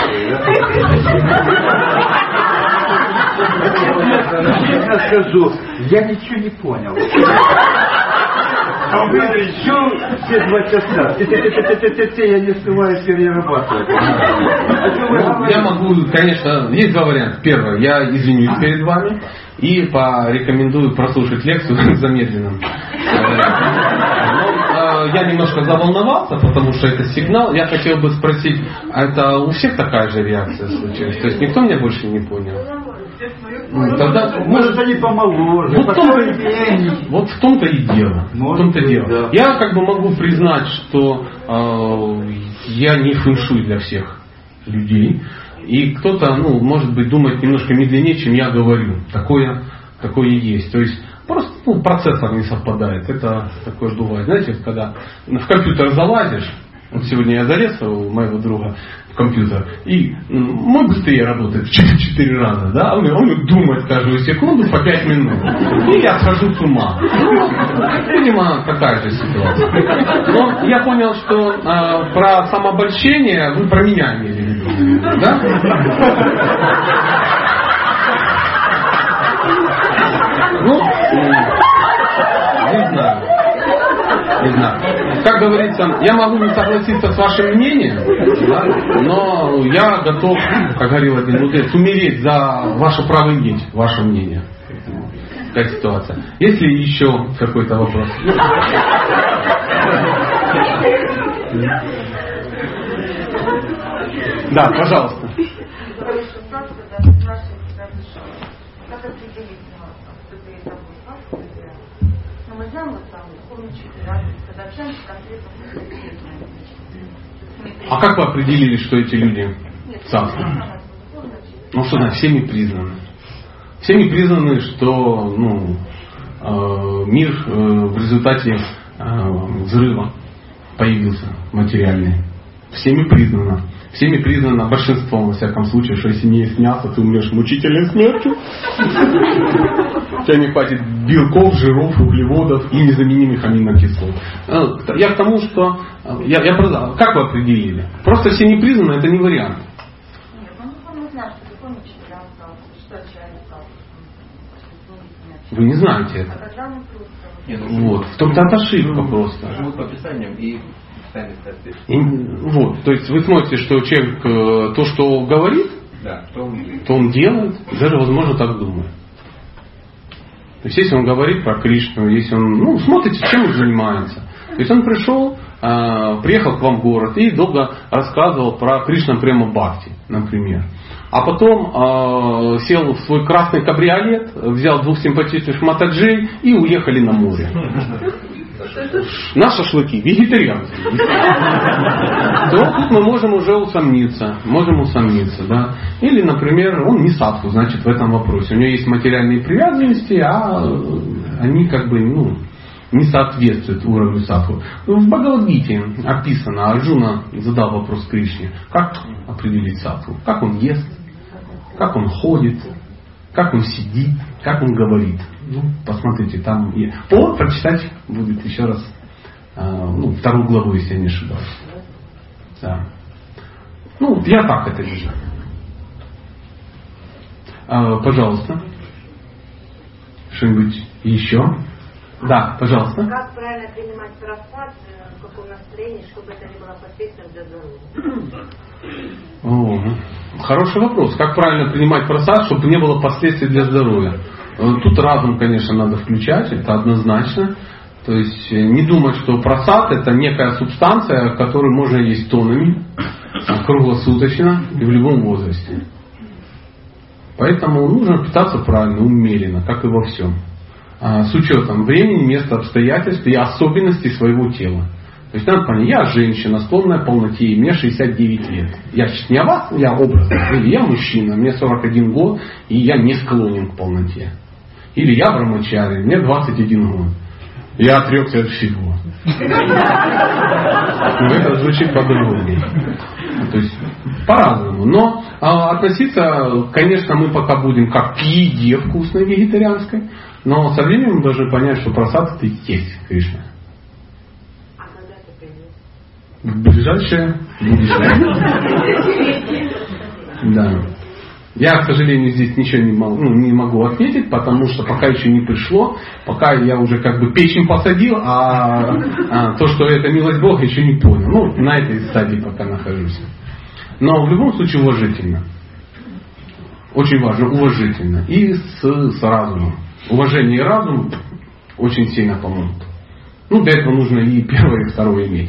Я скажу, я ничего не понял. А вы еще все 2 часа. Я не успеваю перерабатывать. Я могу, конечно, есть 2 варианта. Первое, я извинюсь перед вами и порекомендую прослушать лекцию в замедленном. Я немножко заволновался, потому что это сигнал. Я хотел бы спросить, это у всех такая же реакция случилась? То есть никто меня больше не понял? Тогда, может, они помоложе. Вот в том-то и дело. Да. Я как бы могу признать, что я не фэншуй для всех людей. И кто-то, может быть, думает немножко медленнее, чем я говорю. Такое и есть. То есть просто процессор не совпадает. Это такое бывает. Знаете, когда в компьютер залазишь, вот сегодня я залез у моего друга в компьютер, и мой быстрее работает в 4 раза, да, а он думает каждую секунду по 5 минут. И я схожу с ума. Видимо, такая же ситуация. Но я понял, что про самообольщение вы про меня имели в виду, да? Не знаю. Как говорится, я могу не согласиться с вашим мнением, да, но я готов, как говорил один мудрец, умереть за ваше право иметь ваше мнение. Такая ситуация. Есть ли еще какой-то вопрос? Да, пожалуйста. Мы знаем, вот там, духовные учителя, когда общаемся конкретно с А как вы определили, что эти люди царские? Что значит, всеми признаны. Всеми признаны, что мир в результате взрыва появился материальный. Всеми признано. Всеми признано большинством, во всяком случае, что если не есть мясо, ты умрешь мучительной смертью. У тебя не хватит белков, жиров, углеводов и незаменимых аминокислот. Я к тому, что... Как вы определили? Просто все не признаны, это не вариант. Нет, мы знаем, что духовный учителя стал, что человек стал. Вы не знаете это. А когда мы просто... Вот. В том-то это ошибка просто. Живут по описаниям и... Вот, то есть вы смотрите, что человек то, что говорит, да, то он делает, даже возможно так думает. То есть если он говорит про Кришну, если он, смотрите, чем он занимается. То есть он приехал к вам в город и долго рассказывал про Кришна Према Бхакти, например. А потом сел в свой красный кабриолет, взял 2 симпатичных матаджей и уехали на море. на шашлыки, вегетарианцы, то тут мы можем уже усомниться. Да. Или, например, он не садху, значит, в этом вопросе. У него есть материальные привязанности, а они как бы, не соответствуют уровню садху. В Бхагавад-гите описано, Арджуна задал вопрос Кришне, как определить садху, как он ест, как он ходит, как он сидит, как он говорит. Посмотрите, там повод прочитать будет еще раз 2 главу, если я не ошибаюсь. Да. Я так это вижу. Пожалуйста. Что-нибудь еще? Да, пожалуйста. Как правильно принимать просад, в каком настроении, чтобы это не было последствием для здоровья? Хороший вопрос. Как правильно принимать просад, чтобы не было последствий для здоровья? Тут разум, конечно, надо включать, это однозначно. То есть не думать, что просад это некая субстанция, которую можно есть тоннами, круглосуточно и в любом возрасте. Поэтому нужно питаться правильно, умеренно, как и во всем. С учетом времени, места, обстоятельств и особенностей своего тела. То есть надо понять, я женщина, склонная к полноте, и мне 69 лет. Я сейчас не о вас, я образно. Или я мужчина, мне 41 год, и я не склонен к полноте. Или я брамачари, мне 21 год. Я отрекся от всего. Это звучит по-другому. То есть по-разному. Но относиться, конечно, мы пока будем как к еде вкусной вегетарианской, но со временем мы должны понять, что просад это и есть Кришна. А когда это придет? В ближайшее будущее. Да. Я, к сожалению, здесь ничего не могу ответить, потому что пока еще не пришло, пока я уже как бы печень посадил, а то, что это милость Бога, еще не понял. На этой стадии пока нахожусь. Но в любом случае уважительно. Очень важно, уважительно. И с разумом. Уважение и разум очень сильно помогут. Для этого нужно и первое, и второе иметь.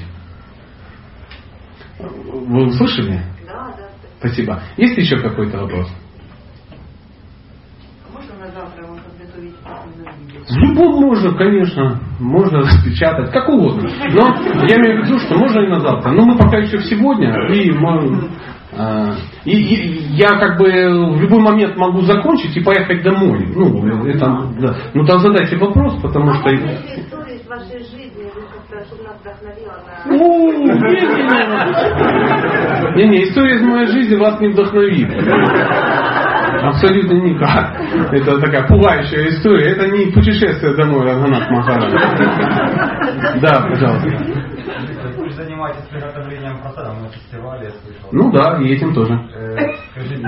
Вы услышали? Да. Спасибо. Есть еще какой-то вопрос? А можно на завтра вам подготовить видео? В любом можно, конечно. Можно распечатать, как угодно. Но я имею в виду, что можно и на завтра. Но мы пока еще в сегодня. И я как бы в любой момент могу закончить и поехать домой. Там задайте вопрос, потому что... Истории из вашей жизни, чтобы нас вдохновило на... Не, история из моей жизни вас не вдохновит. Абсолютно никак. Это такая пугающая история. Это не путешествие домой Рагхунат Махарадж. Да, пожалуйста. Вы занимаетесь приготовлением просада на фестивале, я слышал. Да, и этим тоже. Скажите,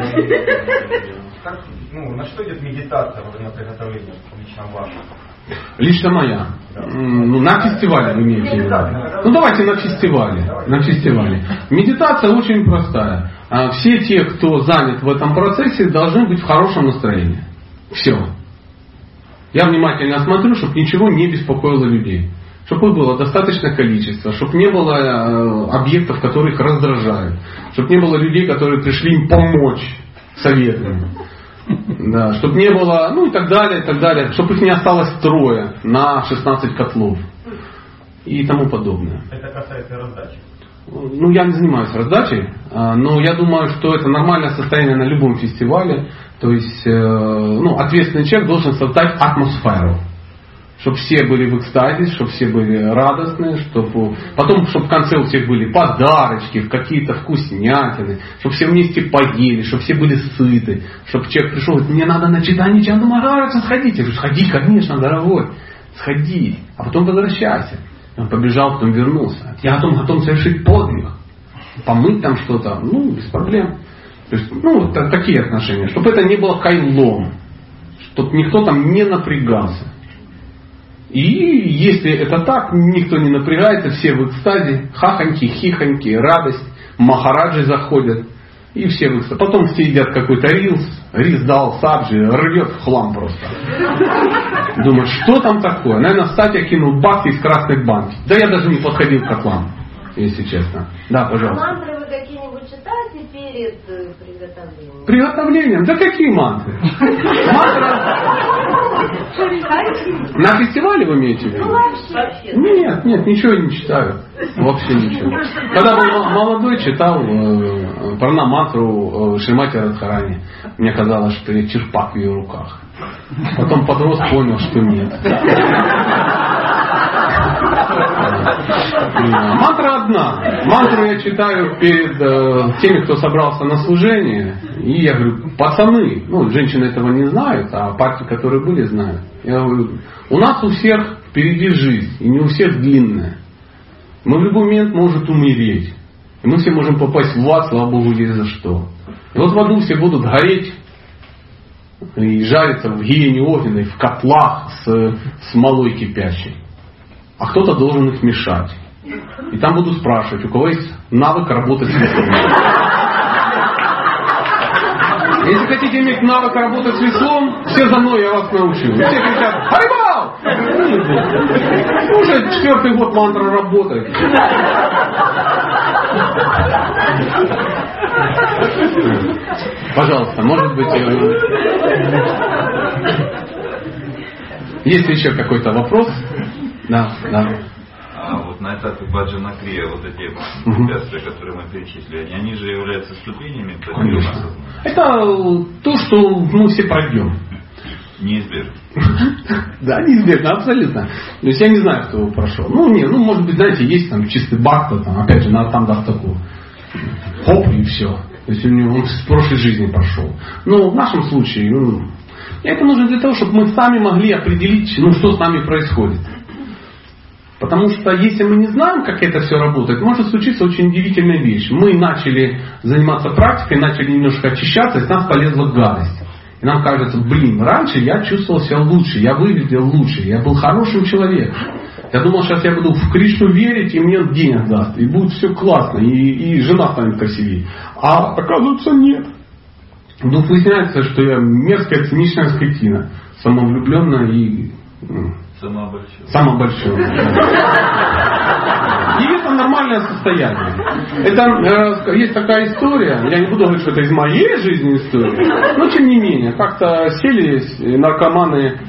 на что идет медитация во время приготовления лично ваша? Лично моя. Да. На фестивале вы имеете в виду. Давайте на фестивале. Медитация очень простая. Все те, кто занят в этом процессе, должны быть в хорошем настроении. Все. Я внимательно смотрю, чтобы ничего не беспокоило людей. Чтобы их было достаточное количество, чтобы не было объектов, которые их раздражают, чтобы не было людей, которые пришли им помочь советами. Да, чтобы не было, и так далее, чтобы их не осталось трое на 16 котлов и тому подобное. Это касается раздачи. Я не занимаюсь раздачей, но я думаю, что это нормальное состояние на любом фестивале. То есть, ответственный человек должен создать атмосферу. Чтобы все были в экстазе, чтобы все были радостные, чтобы в конце у всех были подарочки, какие-то вкуснятины, чтобы все вместе поели, чтобы все были сыты, чтобы человек пришел и говорит, мне надо на читание Чанду Махараджа сходить. Я говорю, сходи, конечно, дорогой, сходи, а потом возвращайся. Он побежал, потом вернулся. Я готов совершить подвиг, помыть там что-то, без проблем. То есть, такие отношения, чтобы это не было кайлом, чтобы никто там не напрягался. И если это так, никто не напрягается, все в экстазе, хахоньки, хихоньки, радость, махараджи заходят, и все в экстазе. Потом все едят какой-то рис дал саджи, рвет в хлам просто. Думают, что там такое? Наверное, Сатья кинул баксы из красной банки. Да я даже не подходил к котлам, если честно. Да, пожалуйста. Мантры вы какие-нибудь читаете перед приготовлением? Приготовлением? Да какие мантры? На фестивале вы имеете в виду? Вообще. Нет, ничего не читаю. Вообще ничего. Когда был молодой, читал пранамантру Шримати Радхарани. Мне казалось, что я черпак в ее руках. Потом подрос, понял, что нет. Мантра одна. Мантру я читаю перед теми, кто собрался на служение. И я говорю, пацаны, женщины этого не знают, а партии, которые были, знают. Я говорю, у нас у всех впереди жизнь, и не у всех длинная. Мы в любой момент можем умереть. И мы все можем попасть в ад, слава Богу, есть за что. И вот в аду все будут гореть и жариться в гиене огненной, в котлах с смолой кипящей. А кто-то должен их мешать. И там буду спрашивать, у кого есть навык работать с веслом. Если хотите иметь навык работать с веслом, все за мной, я вас научу. И все кричат, Харибал! Уже 4-й год мантра работает. Пожалуйста, может быть, есть еще какой-то вопрос? Да. Вот на этапе баджанакрия вот эти препятствия, которые мы перечислили, они же являются ступенями? Конечно. Это то, что все пройдем. Неизбежно. Да, неизбежно, абсолютно. То есть я не знаю, кто его прошел. Может быть, знаете, есть там чистый бхакта, там, опять же, надо там даст такую хоп и все. То есть он с прошлой жизни прошел. Но в нашем случае, это нужно для того, чтобы мы сами могли определить, что с нами происходит. Потому что если мы не знаем, как это все работает, может случиться очень удивительная вещь. Мы начали заниматься практикой, начали немножко очищаться, и с нас полезла гадость. И нам кажется, раньше я чувствовал себя лучше, я выглядел лучше, я был хорошим человеком. Я думал, сейчас я буду в Кришну верить, и мне он денег даст, и будет все классно, и жена станет красивее. А оказывается, нет. Вдруг выясняется, что я мерзкая, циничная скотина, самовлюбленная и самообольщенная. И это нормальное состояние. Это есть такая история, я не буду говорить, что это из моей жизни история, но тем не менее, как-то сели наркоманы,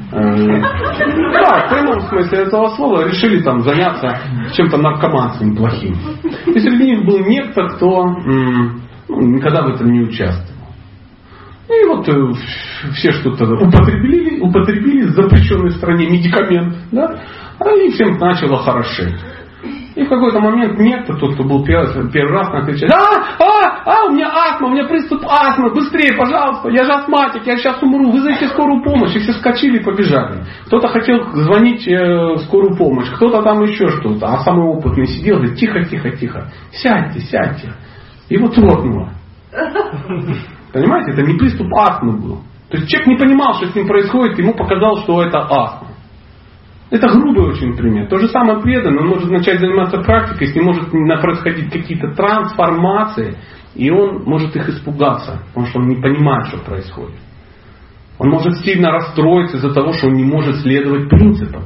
в прямом смысле этого слова, решили там заняться чем-то наркоманским плохим. И среди них был некто, кто никогда в этом не участвовал. И вот все что-то употребили запрещенный в стране медикамент, да, и всем начало хорошеть. И в какой-то момент некто, тот, кто был первый раз, накричал, у меня астма, у меня приступ астмы, быстрее, пожалуйста, я же астматик, я сейчас умру, вызовите скорую помощь. И все скочили и побежали. Кто-то хотел звонить в скорую помощь, кто-то там еще что-то, а самый опытный сидел, говорит, тихо, сядьте. И вот ротнуло. Понимаете, это не приступ астмы был. То есть человек не понимал, что с ним происходит, ему показалось, что это астма. Это грубый очень пример. То же самое преданный, он может начать заниматься практикой, с ним может происходить какие-то трансформации, и он может их испугаться, потому что он не понимает, что происходит. Он может сильно расстроиться из-за того, что он не может следовать принципам.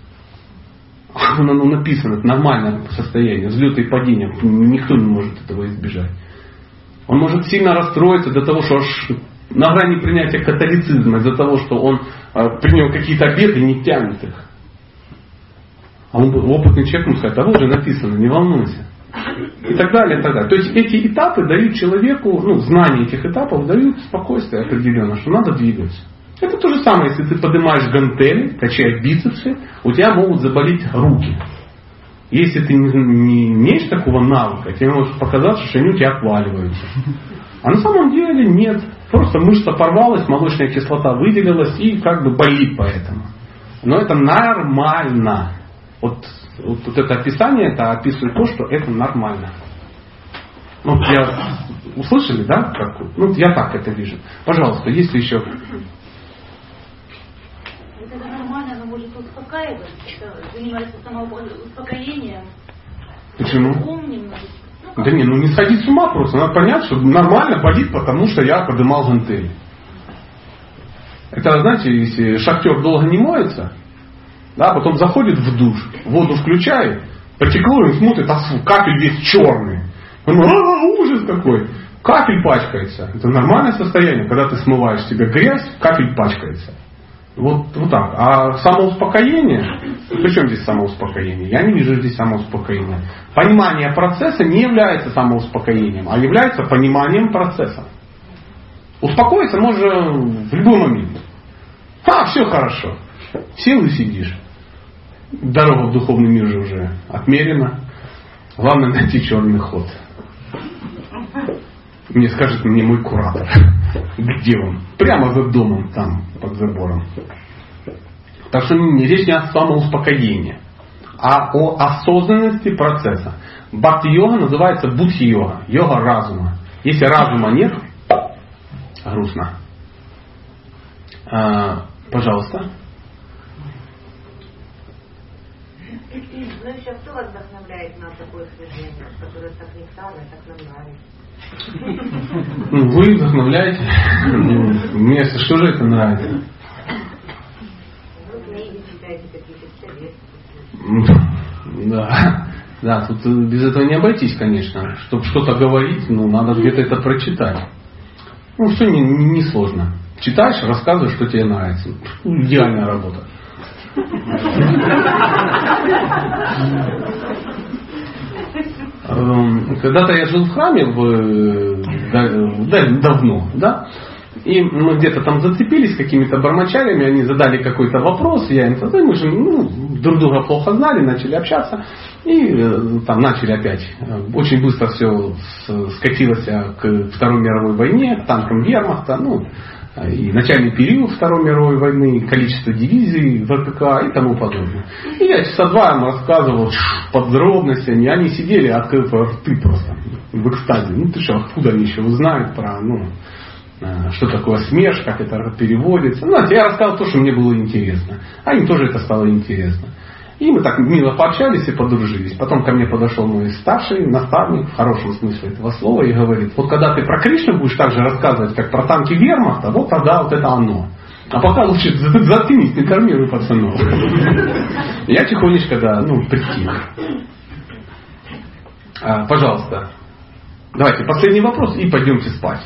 Оно написано, это нормальное состояние, взлеты и падения, никто не может этого избежать. Он может сильно расстроиться до того, что аж на грани принятия католицизма, из-за того, что он принял какие-то обеты и не тянет их. А он опытный человек ему скажет, вот же написано, не волнуйся. И так далее, и так далее. То есть эти этапы дают человеку, знание этих этапов дают спокойствие определенно, что надо двигаться. Это то же самое, если ты поднимаешь гантели, качаешь бицепсы, у тебя могут заболеть руки. Если ты не имеешь такого навыка, тебе может показаться, что они у тебя отваливаются. А на самом деле нет. Просто мышца порвалась, молочная кислота выделилась и болит поэтому. Но это нормально. Вот это описание, это описывает то, что это нормально. Услышали, да? Я так это вижу. Пожалуйста, если еще... Это нормально, оно может успокаивать, занимается самоуспокоением. Почему? Умным. Да не сходить с ума просто. Надо понять, что нормально болит, потому что я поднимал гантели. Это, знаете, если шахтер долго не моется, да, потом заходит в душ, воду включает, потекло и смотрит, капель весь черный. Он, ужас какой. Кафель пачкается. Это нормальное состояние, когда ты смываешь с себя грязь, кафель пачкается. Вот так. А самоуспокоение, при чем здесь самоуспокоение? Я не вижу здесь самоуспокоения. Понимание процесса не является самоуспокоением, а является пониманием процесса. Успокоиться можно в любой момент. Все хорошо. Сел и сидишь. Дорога в духовный мир же уже отмерена. Главное найти черный ход. Мне скажет мой куратор. Где он? Прямо за домом, там, под забором. Так что речь не о самоуспокоении, а о осознанности процесса. Бхакти-йога называется будхи-йога. Йога разума. Если разума нет, грустно. Пожалуйста. Ну еще кто вас вдохновляет на такое служение, которое так нектарно, так нам нравится? Вы вдохновляете. Мне что же это нравится? Вы книги читаете, какие-то советы. Да, тут без этого не обойтись, конечно. Чтобы что-то говорить, надо где-то это прочитать. Все не сложно. Читаешь, рассказываешь, что тебе нравится. Идеальная работа. Когда-то я жил в храме давно, да? И мы где-то там зацепились с какими-то бармачарями, они задали какой-то вопрос, я им задаю, мы же друг друга плохо знали, начали общаться, и там начали опять. Очень быстро все скатилось к Второй мировой войне, к танкам вермахта, и начальный период Второй мировой войны, количество дивизий ВКК и тому подобное. И я часа два им рассказывал подробностями, они сидели, открыв рты просто в экстазе. Ты что, откуда они еще узнают про, что такое СМЕРШ, как это переводится. Я рассказал то, что мне было интересно. А им тоже это стало интересно. И мы так мило пообщались и подружились. Потом ко мне подошел мой старший наставник, в хорошем смысле этого слова, и говорит, вот когда ты про Кришну будешь так же рассказывать, как про танки вермахта, вот тогда вот это оно. А пока лучше заткнись, не корми пацанов. Я тихонечко, притих. Пожалуйста. Давайте последний вопрос и пойдемте спать.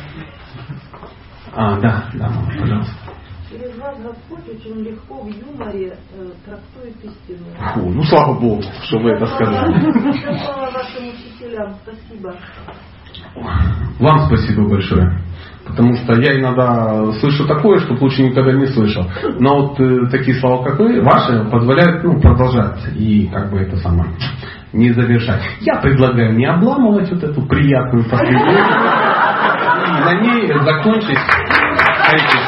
Да, мама, пожалуйста. Через вас Господь очень легко в юморе трактует истину. Слава Богу, что вы это сказали. Слава вашим учителям, спасибо. Вам спасибо большое. Потому что я иногда слышу такое, что лучше никогда не слышал. Но вот такие слова, как вы, ваши, позволяют продолжать и это самое не завершать. Я предлагаю не обламывать вот эту приятную последнюю и на ней закончить